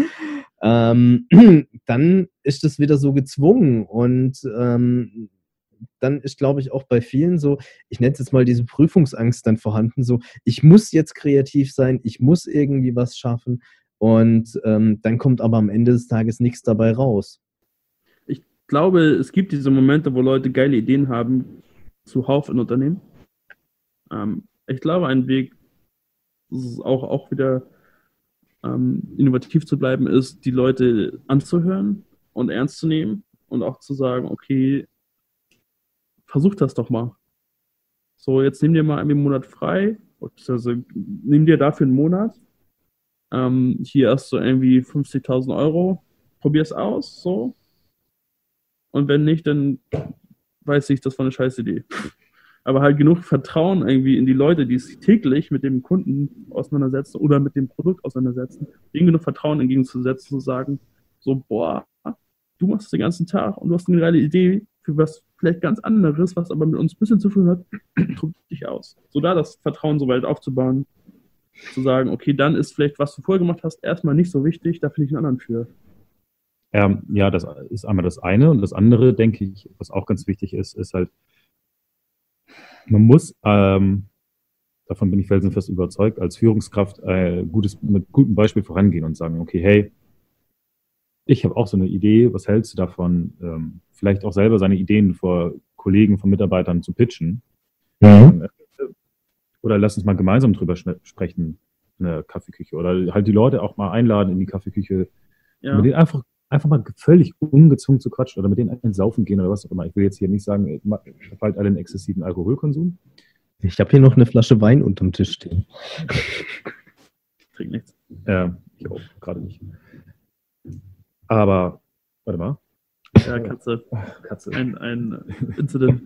Dann ist das wieder so gezwungen und dann ist, glaube ich, auch bei vielen so, ich nenne es jetzt mal diese Prüfungsangst dann vorhanden, so, ich muss jetzt kreativ sein, ich muss irgendwie was schaffen und dann kommt aber am Ende des Tages nichts dabei raus. Ich glaube, es gibt diese Momente, wo Leute geile Ideen haben, zuhauf in Unternehmen. Ich glaube, ein Weg, auch wieder innovativ zu bleiben, ist, die Leute anzuhören und ernst zu nehmen und auch zu sagen, okay, versuch das doch mal. So, jetzt nimm dir mal einen Monat frei, also nimm dir dafür einen Monat. Hier hast du irgendwie 50.000 Euro, probier es aus, so. Und wenn nicht, dann weiß ich, das war eine scheiß Idee. Aber halt genug Vertrauen irgendwie in die Leute, die sich täglich mit dem Kunden auseinandersetzen oder mit dem Produkt auseinandersetzen, denen genug Vertrauen entgegenzusetzen, zu sagen, so, boah, du machst es den ganzen Tag und du hast eine geile Idee für was vielleicht ganz anderes, was aber mit uns ein bisschen zu tun hat, tob dich aus. So da das Vertrauen so weit aufzubauen, zu sagen, okay, dann ist vielleicht, was du vorher gemacht hast, erstmal nicht so wichtig, da finde ich einen anderen für. Ja, das ist einmal das eine. Und das andere, denke ich, was auch ganz wichtig ist, ist halt, man muss, davon bin ich felsenfest überzeugt, als Führungskraft mit gutem Beispiel vorangehen und sagen, okay, hey, ich habe auch so eine Idee, was hältst du davon, vielleicht auch selber seine Ideen vor Kollegen, vor Mitarbeitern zu pitchen? Mhm. Oder lass uns mal gemeinsam drüber sprechen in der Kaffeeküche. Oder halt die Leute auch mal einladen in die Kaffeeküche, mit denen einfach mal völlig ungezwungen zu quatschen oder mit denen einen saufen gehen oder was auch immer. Ich will jetzt hier nicht sagen, verfallt alle in exzessiven Alkoholkonsum. Ich habe hier noch eine Flasche Wein unterm Tisch stehen. Ich trinke nichts. Ich auch, gerade nicht. Aber, warte mal. Ja, Katze. Ein Incident.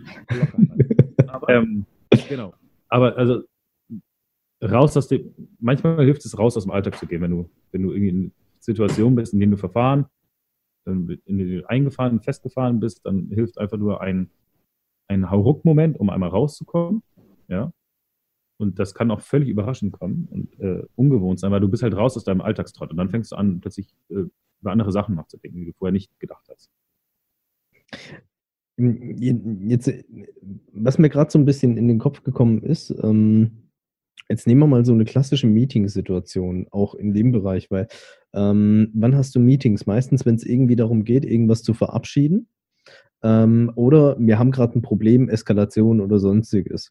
Aber, genau. Aber also manchmal hilft es raus aus dem Alltag zu gehen, wenn du irgendwie in Situationen bist, in denen du in denen du eingefahren, festgefahren bist, dann hilft einfach nur ein Hauruck-Moment, um einmal rauszukommen. Ja. Und das kann auch völlig überraschend kommen und ungewohnt sein, weil du bist halt raus aus deinem Alltagstrott und dann fängst du an, plötzlich über andere Sachen nachzudenken, die du vorher nicht gedacht hast. Jetzt, was mir gerade so ein bisschen in den Kopf gekommen ist, jetzt nehmen wir mal so eine klassische Meeting-Situation, auch in dem Bereich, weil wann hast du Meetings? Meistens, wenn es irgendwie darum geht, irgendwas zu verabschieden oder wir haben gerade ein Problem, Eskalation oder sonstiges.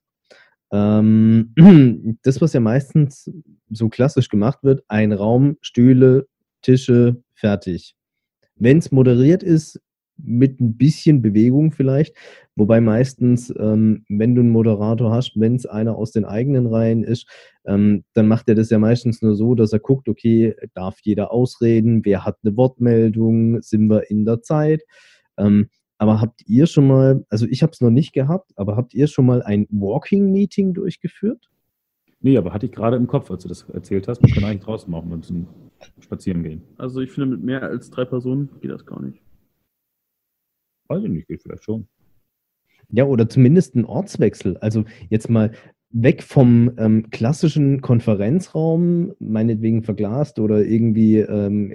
Das, was ja meistens so klassisch gemacht wird, ein Raum, Stühle, Tische, fertig. Wenn es moderiert ist, mit ein bisschen Bewegung vielleicht, wobei meistens, wenn du einen Moderator hast, wenn es einer aus den eigenen Reihen ist, dann macht er das ja meistens nur so, dass er guckt, okay, darf jeder ausreden, wer hat eine Wortmeldung, sind wir in der Zeit, aber habt ihr schon mal, also ich habe es noch nicht gehabt, aber habt ihr schon mal ein Walking-Meeting durchgeführt? Nee, aber hatte ich gerade im Kopf, als du das erzählt hast. Man kann eigentlich draußen machen und spazieren gehen. Also ich finde, mit mehr als 3 Personen geht das gar nicht. Weiß ich nicht, geht vielleicht schon. Ja, oder zumindest ein Ortswechsel. Also jetzt mal weg vom klassischen Konferenzraum, meinetwegen verglast oder irgendwie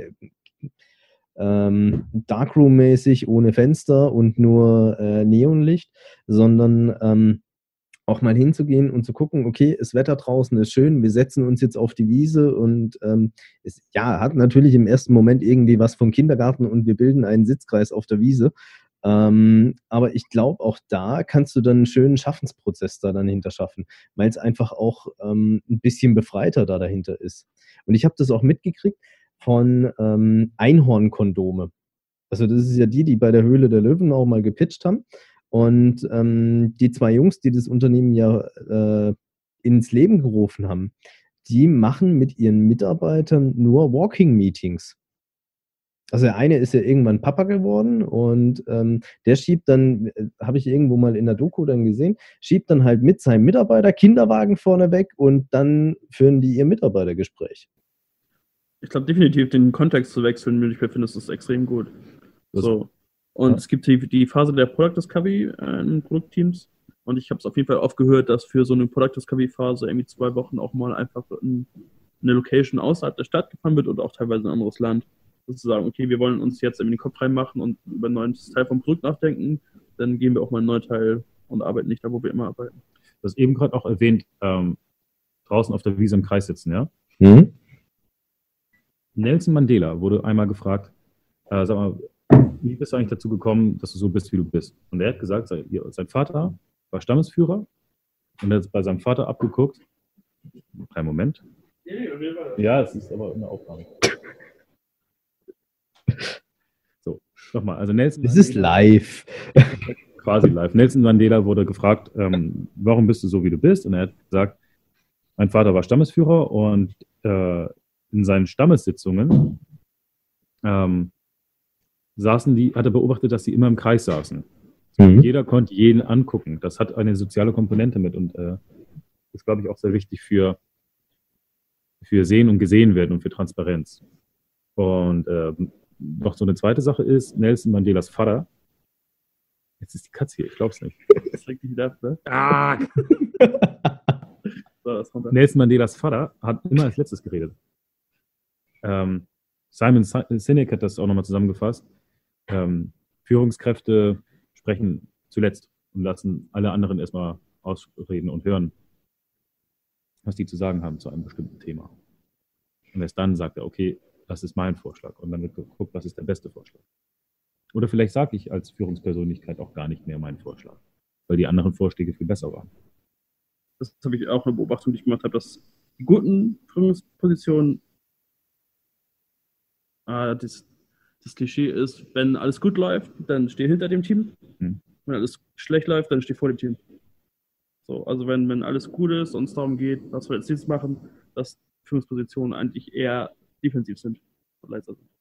Darkroom-mäßig ohne Fenster und nur Neonlicht, sondern auch mal hinzugehen und zu gucken, okay, das Wetter draußen ist schön, wir setzen uns jetzt auf die Wiese und es hat natürlich im ersten Moment irgendwie was vom Kindergarten und wir bilden einen Sitzkreis auf der Wiese. Aber ich glaube, auch da kannst du dann einen schönen Schaffensprozess da dann hinter schaffen, weil es einfach auch ein bisschen befreiter da dahinter ist. Und ich habe das auch mitgekriegt von Einhornkondome. Also das ist ja die bei der Höhle der Löwen auch mal gepitcht haben. Und die 2 Jungs, die das Unternehmen ja ins Leben gerufen haben, die machen mit ihren Mitarbeitern nur Walking-Meetings. Also der eine ist ja irgendwann Papa geworden und der schiebt dann, habe ich irgendwo mal in der Doku dann gesehen, schiebt dann halt mit seinem Mitarbeiter Kinderwagen vorne weg und dann führen die ihr Mitarbeitergespräch. Ich glaube definitiv, den Kontext zu wechseln, wie ich finde, das ist extrem gut. So, Und es gibt die Phase der Product Discovery in Produktteams. Und ich habe es auf jeden Fall oft gehört, dass für so eine Product Discovery Phase irgendwie 2 Wochen auch mal einfach eine Location außerhalb der Stadt gefahren wird oder auch teilweise ein anderes Land. Sozusagen, okay, wir wollen uns jetzt irgendwie den Kopf reinmachen und über einen neuen Teil vom Produkt nachdenken, dann gehen wir auch mal einen neuen Teil und arbeiten nicht da, wo wir immer arbeiten. Du hast eben gerade auch erwähnt, draußen auf der Wiese im Kreis sitzen, ja? Mhm. Nelson Mandela wurde einmal gefragt, sag mal, wie bist du eigentlich dazu gekommen, dass du so bist, wie du bist? Und er hat gesagt, sein Vater war Stammesführer und er hat bei seinem Vater abgeguckt. Einen Moment. Ja, es ist aber eine Aufnahme. So, nochmal. Also Nelson Es ist live. Quasi live. Nelson Mandela wurde gefragt, warum bist du so, wie du bist? Und er hat gesagt, mein Vater war Stammesführer und in seinen Stammessitzungen hat er beobachtet, dass sie immer im Kreis saßen. Jeder konnte jeden angucken. Das hat eine soziale Komponente mit und ist, glaube ich, auch sehr wichtig für Sehen und Gesehen werden und für Transparenz. Und noch so eine zweite Sache ist, Nelson Mandelas Vater. Jetzt ist die Katze hier, ich glaube es nicht. Das regt dich wieder ab, ne? Ah! So, das kommt dann. Nelson Mandelas Vater hat immer als letztes geredet. Simon Sinek hat das auch nochmal zusammengefasst. Führungskräfte sprechen zuletzt und lassen alle anderen erstmal ausreden und hören, was die zu sagen haben zu einem bestimmten Thema. Und erst dann sagt er, okay, das ist mein Vorschlag. Und dann wird geguckt, was ist der beste Vorschlag. Oder vielleicht sage ich als Führungspersönlichkeit auch gar nicht mehr meinen Vorschlag, weil die anderen Vorschläge viel besser waren. Das habe ich auch eine Beobachtung, die ich gemacht habe, dass die guten Führungspositionen das Klischee ist, wenn alles gut läuft, dann steh hinter dem Team. Wenn alles schlecht läuft, dann steh vor dem Team. So, also wenn alles gut ist und es darum geht, was wir jetzt machen, dass Führungspositionen eigentlich eher defensiv sind und leiser sind.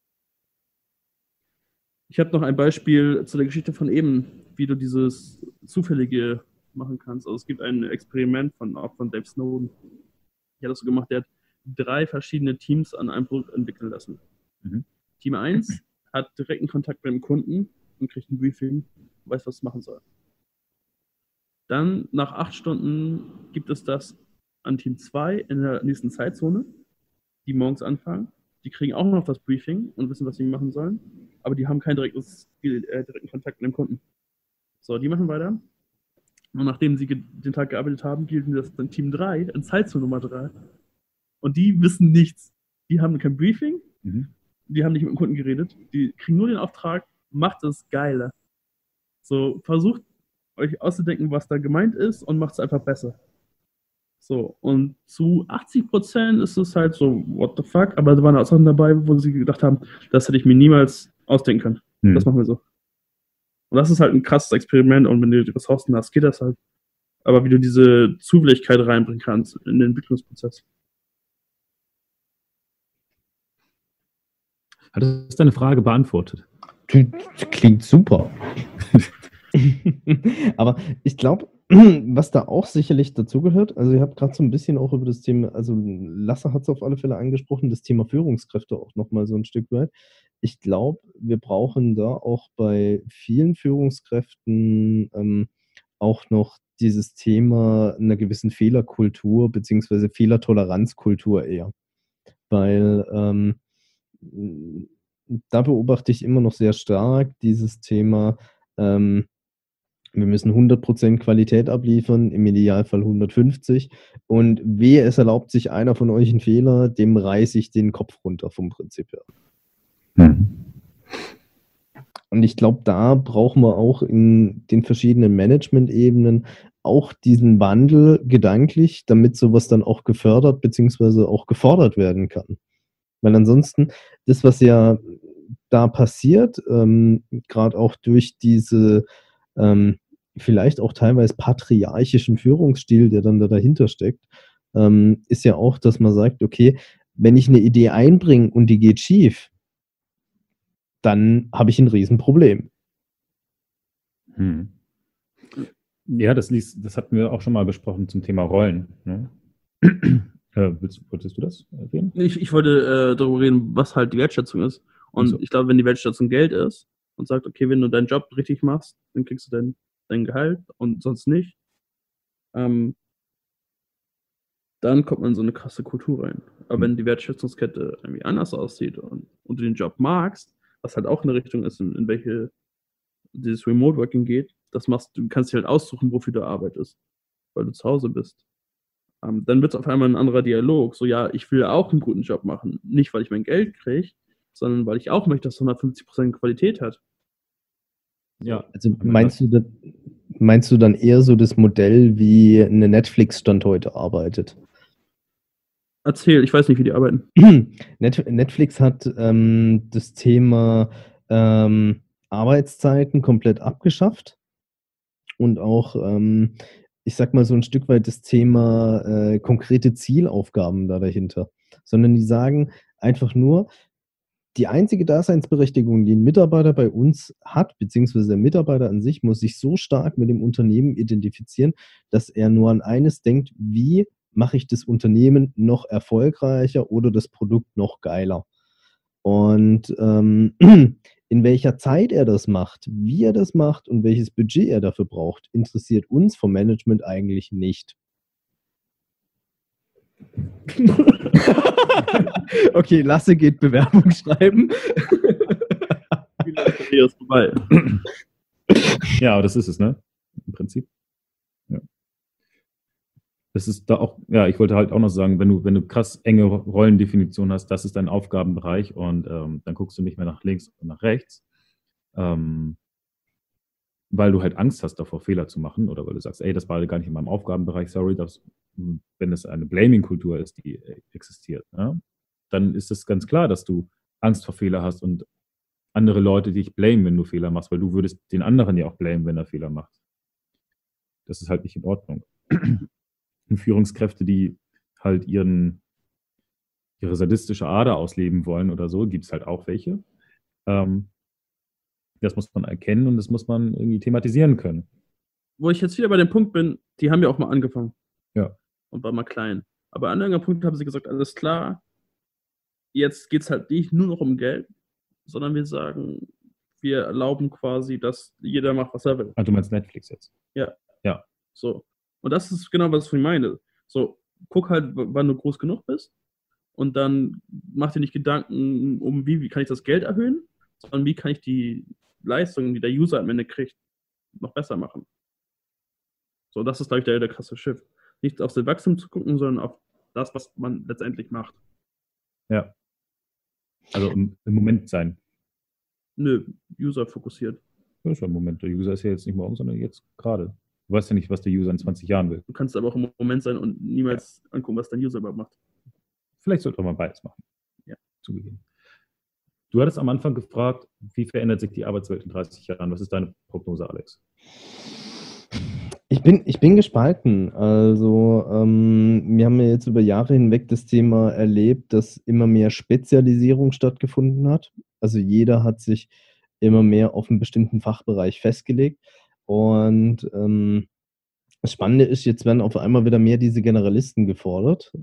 Ich habe noch ein Beispiel zu der Geschichte von eben, wie du dieses Zufällige machen kannst. Also es gibt ein Experiment von Dave Snowden. Der hat das so gemacht, der hat 3 verschiedene Teams an einem Produkt entwickeln lassen. Team 1 hat direkten Kontakt mit dem Kunden und kriegt ein Briefing, weiß, was es machen soll. Dann nach 8 Stunden gibt es das an Team 2 in der nächsten Zeitzone, die morgens anfangen. Die kriegen auch noch das Briefing und wissen, was sie machen sollen, aber die haben keinen direkten Kontakt mit dem Kunden. So, die machen weiter. Und nachdem sie den Tag gearbeitet haben, gilt das dann Team 3 in Zeitzone Nummer 3. Und die wissen nichts. Die haben kein Briefing, die haben nicht mit dem Kunden geredet, die kriegen nur den Auftrag, macht es geiler. So, versucht euch auszudenken, was da gemeint ist und macht es einfach besser. So, und zu 80% ist es halt so, what the fuck, aber da waren auch Sachen dabei, wo sie gedacht haben, das hätte ich mir niemals ausdenken können. Das machen wir so. Und das ist halt ein krasses Experiment und wenn du die Ressourcen hast, geht das halt. Aber wie du diese Zuwilligkeit reinbringen kannst in den Entwicklungsprozess. Hat das deine Frage beantwortet? Klingt super. Aber ich glaube, was da auch sicherlich dazugehört, also ihr habt gerade so ein bisschen auch über das Thema, also Lasse hat es auf alle Fälle angesprochen, das Thema Führungskräfte auch nochmal so ein Stück weit. Ich glaube, wir brauchen da auch bei vielen Führungskräften auch noch dieses Thema einer gewissen Fehlerkultur beziehungsweise Fehlertoleranzkultur eher. Weil da beobachte ich immer noch sehr stark dieses Thema, wir müssen 100% Qualität abliefern, im Idealfall 150. Und wehe, es erlaubt sich einer von euch einen Fehler, dem reiße ich den Kopf runter vom Prinzip her. Und ich glaube, da brauchen wir auch in den verschiedenen Management-Ebenen auch diesen Wandel gedanklich, damit sowas dann auch gefördert bzw. auch gefordert werden kann. Weil ansonsten, das, was ja da passiert, gerade auch durch diese vielleicht auch teilweise patriarchischen Führungsstil, der dann da dahinter steckt, ist ja auch, dass man sagt, okay, wenn ich eine Idee einbringe und die geht schief, dann habe ich ein Riesenproblem. Ja, das hatten wir auch schon mal besprochen zum Thema Rollen. Ne? Wolltest du das erwähnen? Ich wollte darüber reden, was halt die Wertschätzung ist. Und ich glaube, wenn die Wertschätzung Geld ist, und sagt, okay, wenn du deinen Job richtig machst, dann kriegst du dein Gehalt und sonst nicht. Dann kommt man in so eine krasse Kultur rein. Aber wenn die Wertschöpfungskette irgendwie anders aussieht und du den Job magst, was halt auch eine Richtung ist, in welche dieses Remote Working geht, du kannst dir halt aussuchen, wofür du arbeitest, weil du zu Hause bist. Dann wird es auf einmal ein anderer Dialog. So, ja, ich will auch einen guten Job machen. Nicht, weil ich mein Geld kriege, sondern weil ich auch möchte, dass es 150% Qualität hat. Ja. Also meinst du dann eher so das Modell, wie eine Netflix-Stand heute arbeitet? Erzähl, ich weiß nicht, wie die arbeiten. Netflix hat das Thema Arbeitszeiten komplett abgeschafft und auch, ich sag mal, so ein Stück weit das Thema konkrete Zielaufgaben da dahinter. Sondern die sagen einfach nur, die einzige Daseinsberechtigung, die ein Mitarbeiter bei uns hat, beziehungsweise der Mitarbeiter an sich, muss sich so stark mit dem Unternehmen identifizieren, dass er nur an eines denkt: Wie mache ich das Unternehmen noch erfolgreicher oder das Produkt noch geiler? Und in welcher Zeit er das macht, wie er das macht und welches Budget er dafür braucht, interessiert uns vom Management eigentlich nicht. Okay, Lasse geht Bewerbung schreiben. Hier ist vorbei. Ja, aber das ist es, ne? Im Prinzip. Ja. Das ist da auch, ja, ich wollte halt auch noch sagen, wenn du krass enge Rollendefinition hast, das ist dein Aufgabenbereich und dann guckst du nicht mehr nach links und nach rechts, weil du halt Angst hast davor, Fehler zu machen oder weil du sagst, ey, das war gar nicht in meinem Aufgabenbereich, sorry, wenn es eine Blaming-Kultur ist, die existiert, ja, dann ist es ganz klar, dass du Angst vor Fehler hast und andere Leute dich blamen, wenn du Fehler machst, weil du würdest den anderen ja auch blamen, wenn er Fehler macht. Das ist halt nicht in Ordnung. Und Führungskräfte, die halt ihre sadistische Ader ausleben wollen oder so, gibt es halt auch welche. Das muss man erkennen und das muss man irgendwie thematisieren können. Wo ich jetzt wieder bei dem Punkt bin, die haben ja auch mal angefangen. Ja. Und war mal klein. Aber an irgendeinem Punkt haben sie gesagt, alles klar, jetzt geht es halt nicht nur noch um Geld, sondern wir sagen, wir erlauben quasi, dass jeder macht, was er will. Ah, du meinst Netflix jetzt? Ja. Ja. So. Und das ist genau, was ich meine. So, guck halt, wann du groß genug bist und dann mach dir nicht Gedanken um, wie kann ich das Geld erhöhen, sondern wie kann ich die Leistungen, die der User am Ende kriegt, noch besser machen. So, das ist, glaube ich, der krasse Shift. Nicht auf das Wachstum zu gucken, sondern auf das, was man letztendlich macht. Ja. Also im Moment sein. Nö, User fokussiert. Das ist ja im Moment. Der User ist ja jetzt nicht morgen, sondern jetzt gerade. Du weißt ja nicht, was der User in 20 Jahren will. Du kannst aber auch im Moment sein und niemals angucken, was dein User überhaupt macht. Vielleicht sollte man beides machen. Ja. Zugegeben. Du hattest am Anfang gefragt, wie verändert sich die Arbeitswelt in 30 Jahren? Was ist deine Prognose, Alex? Ich bin gespalten. Also, wir haben ja jetzt über Jahre hinweg das Thema erlebt, dass immer mehr Spezialisierung stattgefunden hat. Also jeder hat sich immer mehr auf einen bestimmten Fachbereich festgelegt. Und das Spannende ist, jetzt werden auf einmal wieder mehr diese Generalisten gefordert.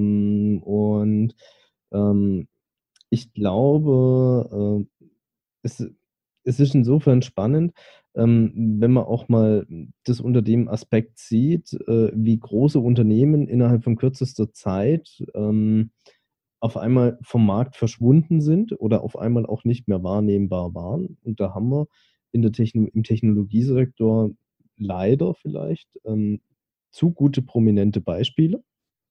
Ich glaube, es ist insofern spannend, wenn man auch mal das unter dem Aspekt sieht, wie große Unternehmen innerhalb von kürzester Zeit auf einmal vom Markt verschwunden sind oder auf einmal auch nicht mehr wahrnehmbar waren. Und da haben wir im Technologiesektor leider vielleicht zu gute prominente Beispiele,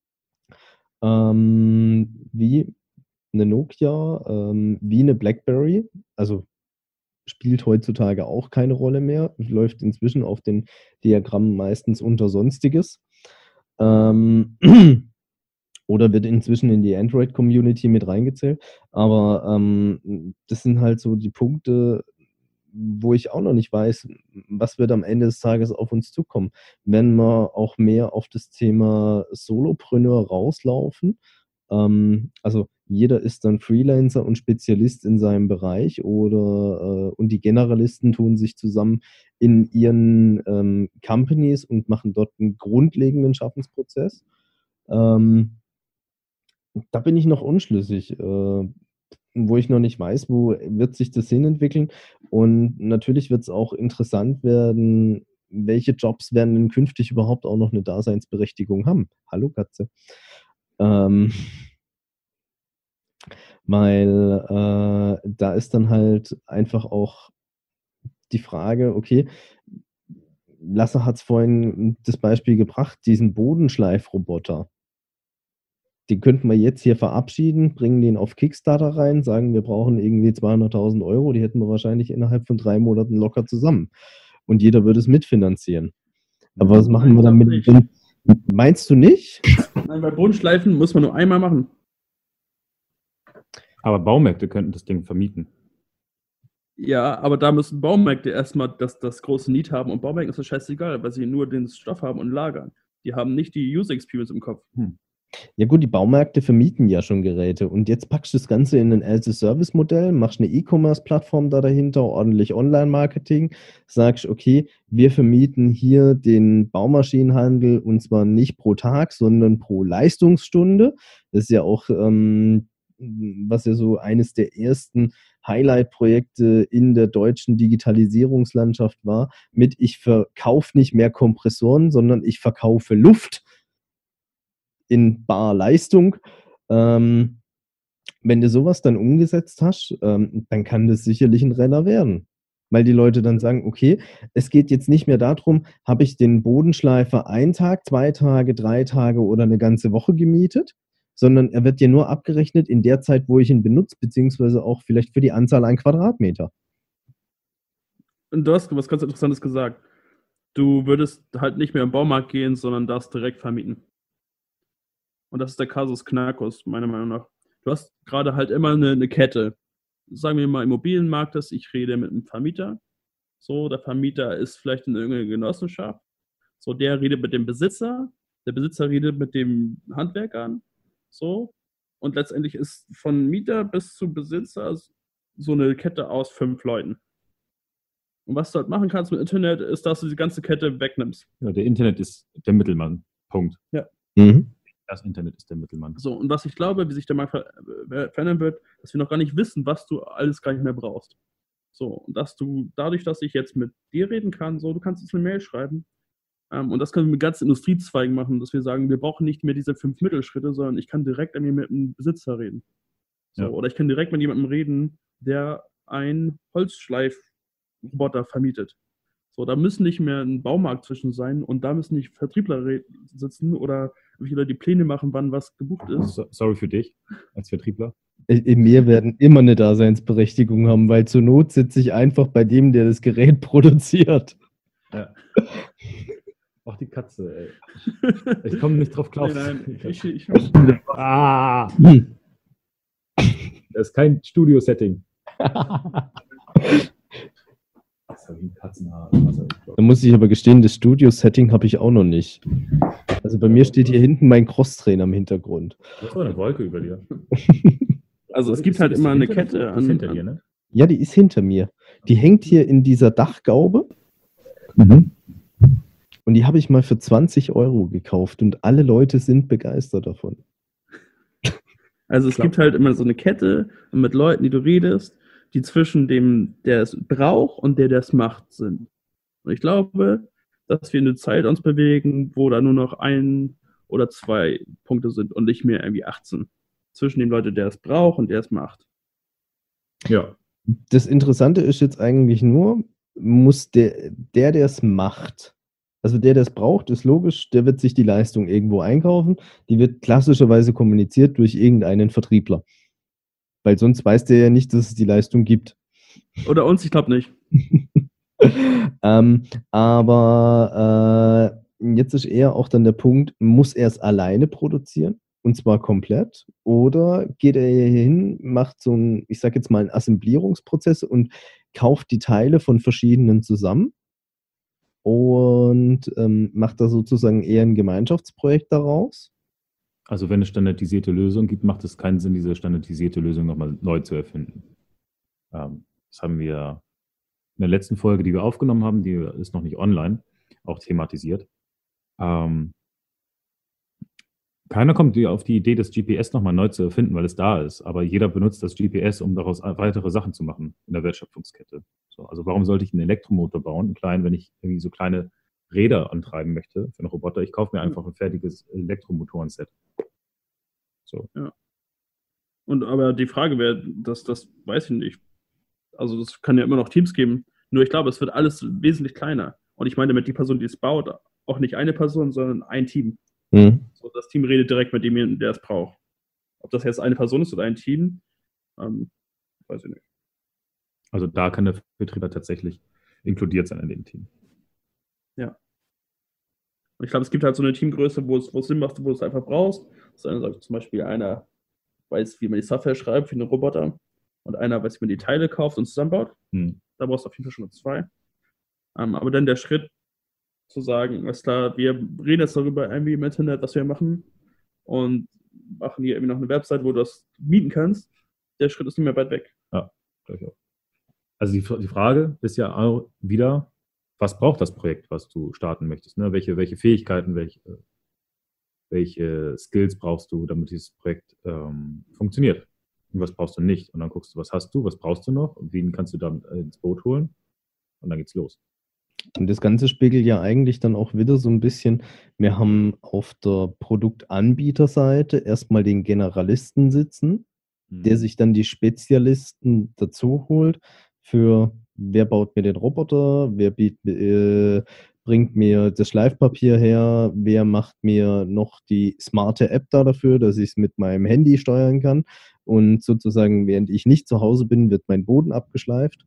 wie eine Nokia, wie eine BlackBerry, also spielt heutzutage auch keine Rolle mehr, läuft inzwischen auf den Diagrammen meistens unter Sonstiges. Oder wird inzwischen in die Android-Community mit reingezählt. Aber das sind halt so die Punkte, wo ich auch noch nicht weiß, was wird am Ende des Tages auf uns zukommen. Wenn wir auch mehr auf das Thema Solopreneur rauslaufen, also jeder ist dann Freelancer und Spezialist in seinem Bereich und die Generalisten tun sich zusammen in ihren Companies und machen dort einen grundlegenden Schaffensprozess. Da bin ich noch unschlüssig. wo ich noch nicht weiß, wo wird sich das hinentwickeln. Und natürlich wird es auch interessant werden, welche Jobs werden denn künftig überhaupt auch noch eine Daseinsberechtigung haben. Hallo Katze. Ähm, weil da ist dann halt einfach auch die Frage, okay, Lasse hat es vorhin das Beispiel gebracht, diesen Bodenschleifroboter. Den könnten wir jetzt hier verabschieden, bringen den auf Kickstarter rein, sagen, wir brauchen irgendwie 200.000 Euro, die hätten wir wahrscheinlich innerhalb von 3 Monaten locker zusammen. Und jeder würde es mitfinanzieren. Aber was machen wir dann mit dem? Meinst du nicht? Nein, bei Bodenschleifen muss man nur einmal machen. Aber Baumärkte könnten das Ding vermieten. Ja, aber da müssen Baumärkte erstmal das große Need haben und Baumärkten ist das scheißegal, weil sie nur den Stoff haben und lagern. Die haben nicht die User Experience im Kopf. Ja gut, die Baumärkte vermieten ja schon Geräte und jetzt packst du das Ganze in ein as-a-Service-Modell, machst eine E-Commerce-Plattform da dahinter, ordentlich Online-Marketing, sagst, okay, wir vermieten hier den Baumaschinenhandel und zwar nicht pro Tag, sondern pro Leistungsstunde. Das ist ja auch, was ja so eines der ersten Highlight-Projekte in der deutschen Digitalisierungslandschaft war, mit ich verkaufe nicht mehr Kompressoren, sondern ich verkaufe Luft in bar Leistung. Wenn du sowas dann umgesetzt hast, dann kann das sicherlich ein Renner werden. Weil die Leute dann sagen, okay, es geht jetzt nicht mehr darum, habe ich den Bodenschleifer 1 Tag, 2 Tage, 3 Tage oder eine ganze Woche gemietet, sondern er wird dir nur abgerechnet in der Zeit, wo ich ihn benutze, beziehungsweise auch vielleicht für die Anzahl an Quadratmeter. Und du hast was ganz Interessantes gesagt. Du würdest halt nicht mehr im Baumarkt gehen, sondern darfst direkt vermieten. Und das ist der Kasus Knacktus, meiner Meinung nach. Du hast gerade halt immer eine Kette. Sagen wir mal, Immobilienmarkt ist, ich rede mit einem Vermieter. So, der Vermieter ist vielleicht in irgendeiner Genossenschaft. So, der redet mit dem Besitzer. Der Besitzer redet mit dem Handwerkern. So. Und letztendlich ist von Mieter bis zu Besitzer so eine Kette aus 5 Leuten. Und was du halt machen kannst mit Internet, ist, dass du die ganze Kette wegnimmst. Ja, der Internet ist der Mittelmann. Punkt. Ja. Mhm. Das Internet ist der Mittelmann. So, und was ich glaube, wie sich der Markt verändern wird, dass wir noch gar nicht wissen, was du alles gar nicht mehr brauchst. So, und dass du, dadurch, dass ich jetzt mit dir reden kann, so, du kannst jetzt eine Mail schreiben, und das können wir mit ganzen Industriezweigen machen, dass wir sagen, wir brauchen nicht mehr diese 5 Mittelschritte, sondern ich kann direkt mit einem Besitzer reden. So, Ja. oder ich kann direkt mit jemandem reden, der einen Holzschleifroboter vermietet. So, da müssen nicht mehr ein Baumarkt zwischen sein und da müssen nicht Vertriebler sitzen oder wieder die Pläne machen, wann was gebucht ist. Sorry für dich als Vertriebler. Wir werden immer eine Daseinsberechtigung haben, weil zur Not sitze ich einfach bei dem, der das Gerät produziert. Ja. Auch die Katze, ey. Ich komme nicht drauf klar. Nein, ich Ah! Das ist kein Studio-Setting. Das habe ich ein Katzenhaar. Da muss ich aber gestehen, das Studio-Setting habe ich auch noch nicht. Also bei mir steht hier hinten mein Crosstrainer im Hintergrund. Das war eine Wolke über dir. Also es gibt halt immer eine Kette an. Hinter dir, ne? Ja, die ist hinter mir. Die hängt hier in dieser Dachgaube. Mhm. Und die habe ich mal für 20 Euro gekauft und alle Leute sind begeistert davon. Also es gibt halt immer so eine Kette mit Leuten, die du redest, die zwischen dem, der es braucht und der es macht, sind. Und ich glaube, dass wir in eine Zeit uns bewegen, wo da nur noch 1 oder 2 Punkte sind und nicht mehr irgendwie 18. Zwischen dem Leute, der es braucht und der es macht. Ja. Das Interessante ist jetzt eigentlich nur, muss der es macht, also der es braucht, ist logisch, der wird sich die Leistung irgendwo einkaufen. Die wird klassischerweise kommuniziert durch irgendeinen Vertriebler. Weil sonst weiß der ja nicht, dass es die Leistung gibt. Oder uns, ich glaube nicht. Aber jetzt ist eher auch dann der Punkt, muss er es alleine produzieren? Und zwar komplett? Oder geht er hier hin, macht so einen, ich sag jetzt mal, einen Assemblierungsprozess und kauft die Teile von verschiedenen zusammen? Und macht da sozusagen eher ein Gemeinschaftsprojekt daraus? Also wenn es standardisierte Lösungen gibt, macht es keinen Sinn, diese standardisierte Lösung nochmal neu zu erfinden. Das haben wir in der letzten Folge, die wir aufgenommen haben, die ist noch nicht online, auch thematisiert. Keiner kommt auf die Idee, das GPS nochmal neu zu erfinden, weil es da ist. Aber jeder benutzt das GPS, um daraus weitere Sachen zu machen in der Wertschöpfungskette. So, also warum sollte ich einen Elektromotor bauen, einen kleinen, wenn ich irgendwie so kleine Räder antreiben möchte für einen Roboter? Ich kaufe mir einfach ein fertiges Elektromotoren-Set. So. Ja. Und aber die Frage wäre, das weiß ich nicht. Also das kann ja immer noch Teams geben. Nur ich glaube, es wird alles wesentlich kleiner. Und ich meine damit die Person, die es baut, auch nicht eine Person, sondern ein Team. So, das Team redet direkt mit dem, der es braucht. Ob das jetzt eine Person ist oder ein Team, weiß ich nicht. Also da kann der Betrieber tatsächlich inkludiert sein in dem Team. Ja. Und ich glaube, es gibt halt so eine Teamgröße, wo es Sinn macht, wo du es einfach brauchst. Das eine sagt zum Beispiel, einer weiß, wie man die Software schreibt für einen Roboter und einer weiß, wie man die Teile kauft und zusammenbaut. Da brauchst du auf jeden Fall schon mal zwei. Aber dann der Schritt zu sagen, alles klar, wir reden jetzt darüber irgendwie im Internet, was wir machen und machen hier irgendwie noch eine Website, wo du das mieten kannst. Der Schritt ist nicht mehr weit weg. Ja, glaube ich auch. Also die Frage ist ja auch wieder, was braucht das Projekt, was du starten möchtest? Ne? Welche Fähigkeiten, welche Skills brauchst du, damit dieses Projekt funktioniert? Und was brauchst du nicht? Und dann guckst du, was hast du, was brauchst du noch und wen kannst du dann ins Boot holen? Und dann geht's los. Und das Ganze spiegelt ja eigentlich dann auch wieder so ein bisschen, wir haben auf der Produktanbieterseite erstmal den Generalisten sitzen, der sich dann die Spezialisten dazu holt für, wer baut mir den Roboter, wer bringt mir das Schleifpapier her, wer macht mir noch die smarte App da dafür, dass ich es mit meinem Handy steuern kann und sozusagen, während ich nicht zu Hause bin, wird mein Boden abgeschleift.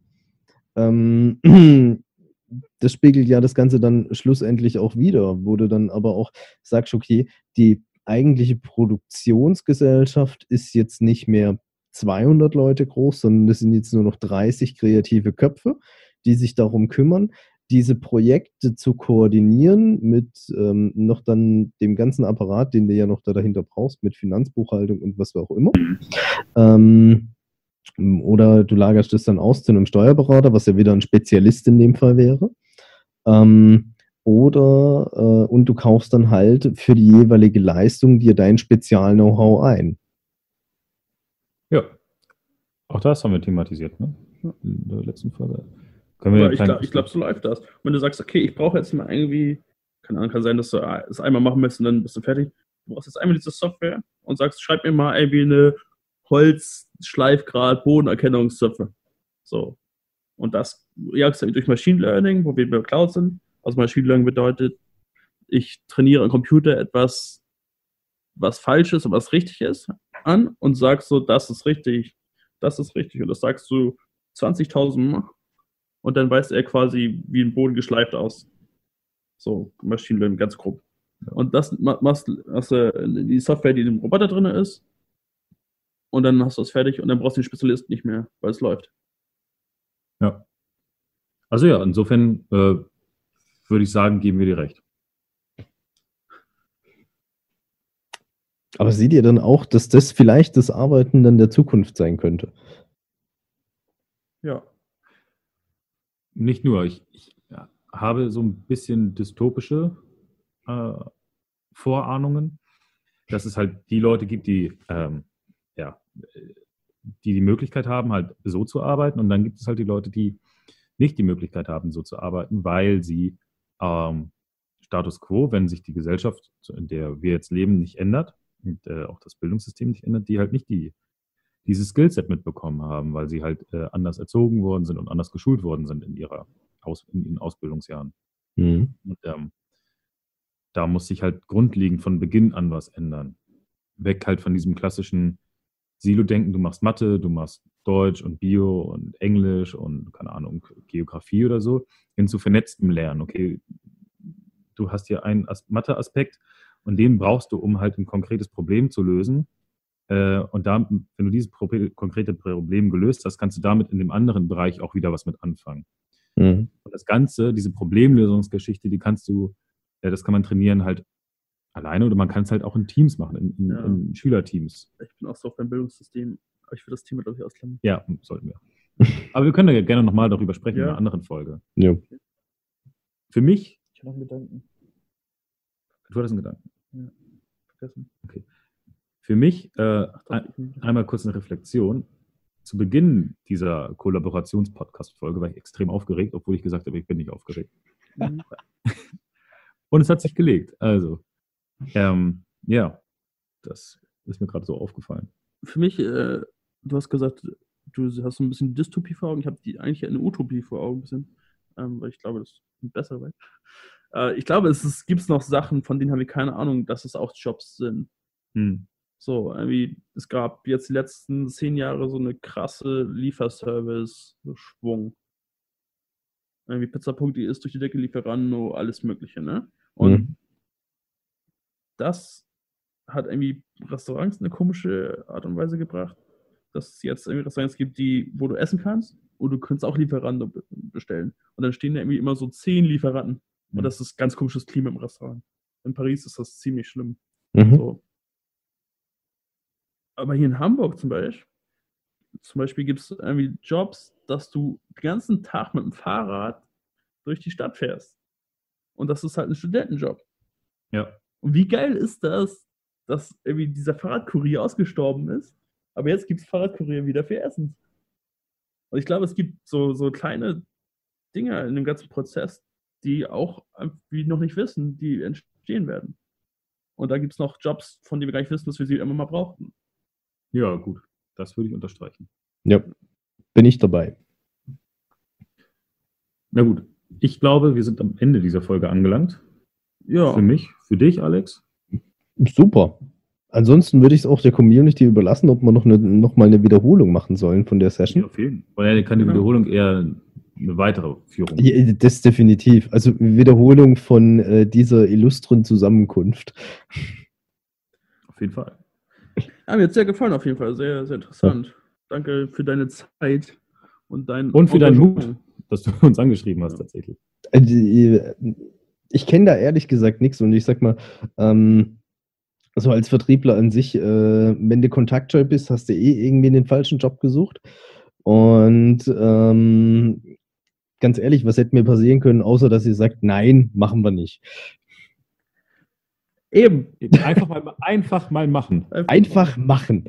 Das spiegelt ja das Ganze dann schlussendlich auch wieder, wo du dann aber auch sagst, okay, die eigentliche Produktionsgesellschaft ist jetzt nicht mehr 200 Leute groß, sondern es sind jetzt nur noch 30 kreative Köpfe, die sich darum kümmern, diese Projekte zu koordinieren mit noch dann dem ganzen Apparat, den du ja noch da dahinter brauchst, mit Finanzbuchhaltung und was auch immer. Oder du lagerst es dann aus zu einem Steuerberater, was ja wieder ein Spezialist in dem Fall wäre. Und du kaufst dann halt für die jeweilige Leistung dir dein Spezial-Know-how ein. Ja, auch das haben wir thematisiert, ne? In der letzten Folge. Ich glaube, so läuft das. Wenn du sagst, okay, ich brauche jetzt mal irgendwie, keine Ahnung, kann sein, dass du es einmal machen möchtest und dann bist du fertig. Du brauchst jetzt einmal diese Software und sagst, schreib mir mal irgendwie eine Holz-Schleifgrad Bodenerkennungssoftware. So. Und das jagst du durch Machine Learning, wo wir bei Cloud sind. Also Machine Learning bedeutet, ich trainiere am Computer etwas, was falsch ist und was richtig ist, an und sagst so, das ist richtig. Und das sagst du 20.000 Mal und dann weiß er quasi, wie ein Boden geschleift aus. So, Machine Learning, ganz grob. Und das machst du die Software, die im Roboter drin ist, und dann hast du es fertig und dann brauchst du den Spezialisten nicht mehr, weil es läuft. Ja. Also ja, insofern würde ich sagen, geben wir dir recht. Aber seht ihr dann auch, dass das vielleicht das Arbeiten dann der Zukunft sein könnte? Ja. Nicht nur. Ich habe so ein bisschen dystopische Vorahnungen, dass es halt die Leute gibt, die die Möglichkeit haben, halt so zu arbeiten. Und dann gibt es halt die Leute, die nicht die Möglichkeit haben, so zu arbeiten, weil sie Status quo, wenn sich die Gesellschaft, in der wir jetzt leben, nicht ändert und auch das Bildungssystem nicht ändert, die halt nicht dieses Skillset mitbekommen haben, weil sie halt anders erzogen worden sind und anders geschult worden sind in ihren Ausbildungsjahren. Und da muss sich halt grundlegend von Beginn an was ändern. Weg halt von diesem klassischen Silo-Denken, du machst Mathe, du machst Deutsch und Bio und Englisch und, keine Ahnung, Geografie oder so, hin zu vernetztem Lernen. Okay, du hast hier einen Mathe-Aspekt und den brauchst du, um halt ein konkretes Problem zu lösen. Und da, wenn du dieses konkrete Problem gelöst hast, kannst du damit in dem anderen Bereich auch wieder was mit anfangen. Und das Ganze, diese Problemlösungsgeschichte, das kann man trainieren halt alleine oder man kann es halt auch in Teams machen, in Schülerteams. Ich bin auch so auf beim Bildungssystem, aber ich will das Thema, glaube ich, ausklammern. Ja, sollten wir. Aber wir können ja gerne nochmal darüber sprechen in einer anderen Folge. Ja. Für mich... Ich habe noch einen Gedanken. Du hattest einen Gedanken. Ja. vergessen. Okay. Für mich einmal kurz eine Reflexion. Zu Beginn dieser Kollaborations-Podcast-Folge war ich extrem aufgeregt, obwohl ich gesagt habe, ich bin nicht aufgeregt. Mhm. Und es hat sich gelegt. Also, ja, das ist mir gerade so aufgefallen. Für mich, du hast gesagt, du hast so ein bisschen Dystopie vor Augen. Ich habe eigentlich eine Utopie vor Augen, ein bisschen, weil ich glaube, das ist eine bessere Welt. Ich glaube, es gibt noch Sachen, von denen haben wir keine Ahnung, dass es auch Jobs sind. So, irgendwie, es gab jetzt die letzten 10 Jahre so eine krasse Lieferservice-Schwung. Irgendwie Pizza.de ist durch die Decke, Lieferando, alles Mögliche, ne? Und das hat irgendwie Restaurants eine komische Art und Weise gebracht, dass es jetzt irgendwie Restaurants gibt, wo du essen kannst und du kannst auch Lieferando bestellen. Und dann stehen da irgendwie immer so 10 Lieferanten. Und das ist ganz komisches Klima im Restaurant. In Paris ist das ziemlich schlimm. So. Aber hier in Hamburg zum Beispiel gibt es irgendwie Jobs, dass du den ganzen Tag mit dem Fahrrad durch die Stadt fährst. Und das ist halt ein Studentenjob. Ja. Und wie geil ist das, dass irgendwie dieser Fahrradkurier ausgestorben ist, aber jetzt gibt es Fahrradkurier wieder für Essen. Und ich glaube, es gibt so kleine Dinge in dem ganzen Prozess, die auch wie noch nicht wissen, die entstehen werden. Und da gibt es noch Jobs, von denen wir gar nicht wissen, dass wir sie immer mal brauchten. Ja, gut. Das würde ich unterstreichen. Ja, bin ich dabei. Na gut. Ich glaube, wir sind am Ende dieser Folge angelangt. Ja. Für mich, für dich, Alex. Super. Ansonsten würde ich es auch der Community überlassen, ob wir noch mal eine Wiederholung machen sollen von der Session. Ja, auf jeden Fall. Weil kann die Wiederholung eher eine weitere Führung. Ja, das definitiv. Also Wiederholung von dieser illustren Zusammenkunft. Auf jeden Fall. Ja, mir hat sehr gefallen, auf jeden Fall. Sehr, sehr interessant. Ja. Danke für deine Zeit und für deinen Mut, dass du uns angeschrieben hast, tatsächlich. Ich kenne da ehrlich gesagt nichts und ich sag mal, also als Vertriebler an sich, wenn du kontaktscheu bist, hast du irgendwie den falschen Job gesucht. Und ganz ehrlich, was hätte mir passieren können, außer dass ihr sagt, nein, machen wir nicht. Eben. Einfach mal machen. Einfach machen.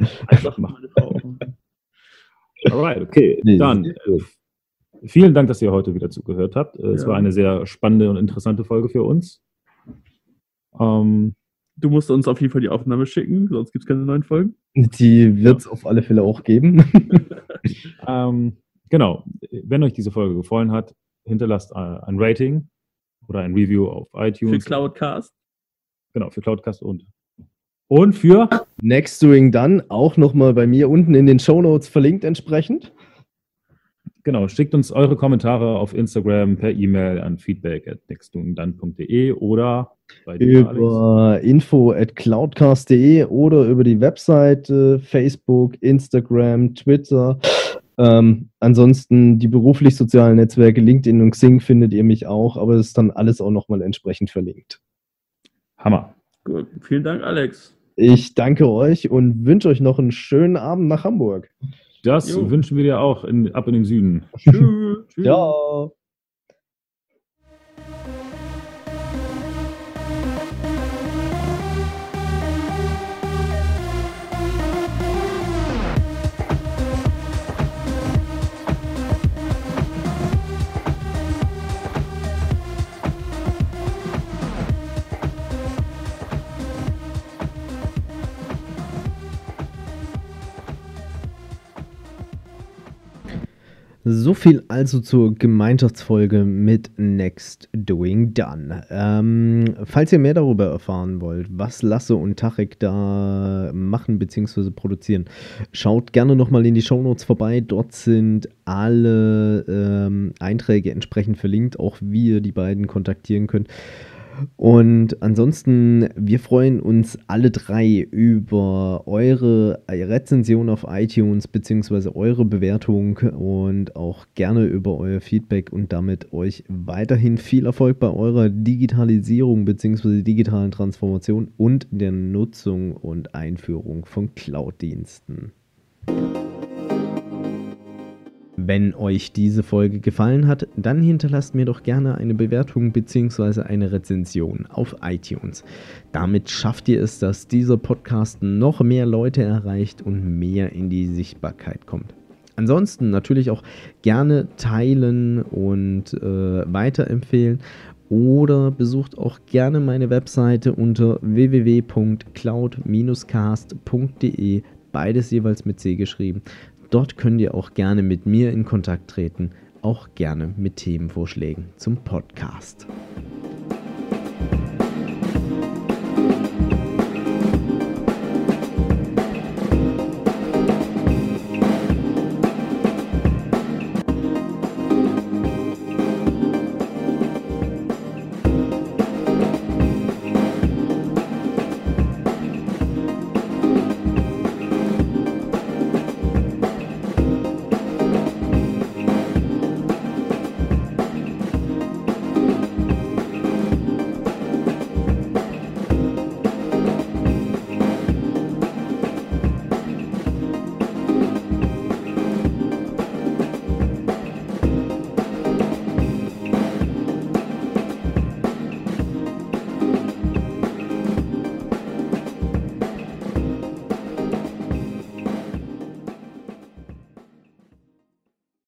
Alright, okay. Dann vielen Dank, dass ihr heute wieder zugehört habt. Es war eine sehr spannende und interessante Folge für uns. Du musst uns auf jeden Fall die Aufnahme schicken, sonst gibt es keine neuen Folgen. Die wird es auf alle Fälle auch geben. Genau. Wenn euch diese Folge gefallen hat, hinterlasst ein Rating oder ein Review auf iTunes. Für Cloudcast. Genau, für Cloudcast und für Next Doing Done auch nochmal bei mir unten in den Shownotes verlinkt entsprechend. Genau, schickt uns eure Kommentare auf Instagram per E-Mail an feedback@nextdoingdone.de oder bei über info@cloudcast.de oder über die Webseite, Facebook, Instagram, Twitter. Ansonsten die beruflich-sozialen Netzwerke, LinkedIn und Xing findet ihr mich auch, aber das ist dann alles auch nochmal entsprechend verlinkt. Hammer. Gut, vielen Dank, Alex. Ich danke euch und wünsche euch noch einen schönen Abend nach Hamburg. Das wünschen wir dir auch ab in den Süden. Tschüss. Ciao. So viel also zur Gemeinschaftsfolge mit Next Doing Done. Falls ihr mehr darüber erfahren wollt, was Lasse und Tarek da machen bzw. produzieren, schaut gerne nochmal in die Shownotes vorbei. Dort sind alle Einträge entsprechend verlinkt, auch wie ihr die beiden kontaktieren könnt. Und ansonsten, wir freuen uns alle drei über eure Rezension auf iTunes bzw. eure Bewertung und auch gerne über euer Feedback und damit euch weiterhin viel Erfolg bei eurer Digitalisierung bzw. digitalen Transformation und der Nutzung und Einführung von Cloud-Diensten. Wenn euch diese Folge gefallen hat, dann hinterlasst mir doch gerne eine Bewertung bzw. eine Rezension auf iTunes. Damit schafft ihr es, dass dieser Podcast noch mehr Leute erreicht und mehr in die Sichtbarkeit kommt. Ansonsten natürlich auch gerne teilen und weiterempfehlen oder besucht auch gerne meine Webseite unter www.cloud-cast.de, beides jeweils mit C geschrieben. Dort könnt ihr auch gerne mit mir in Kontakt treten, auch gerne mit Themenvorschlägen zum Podcast.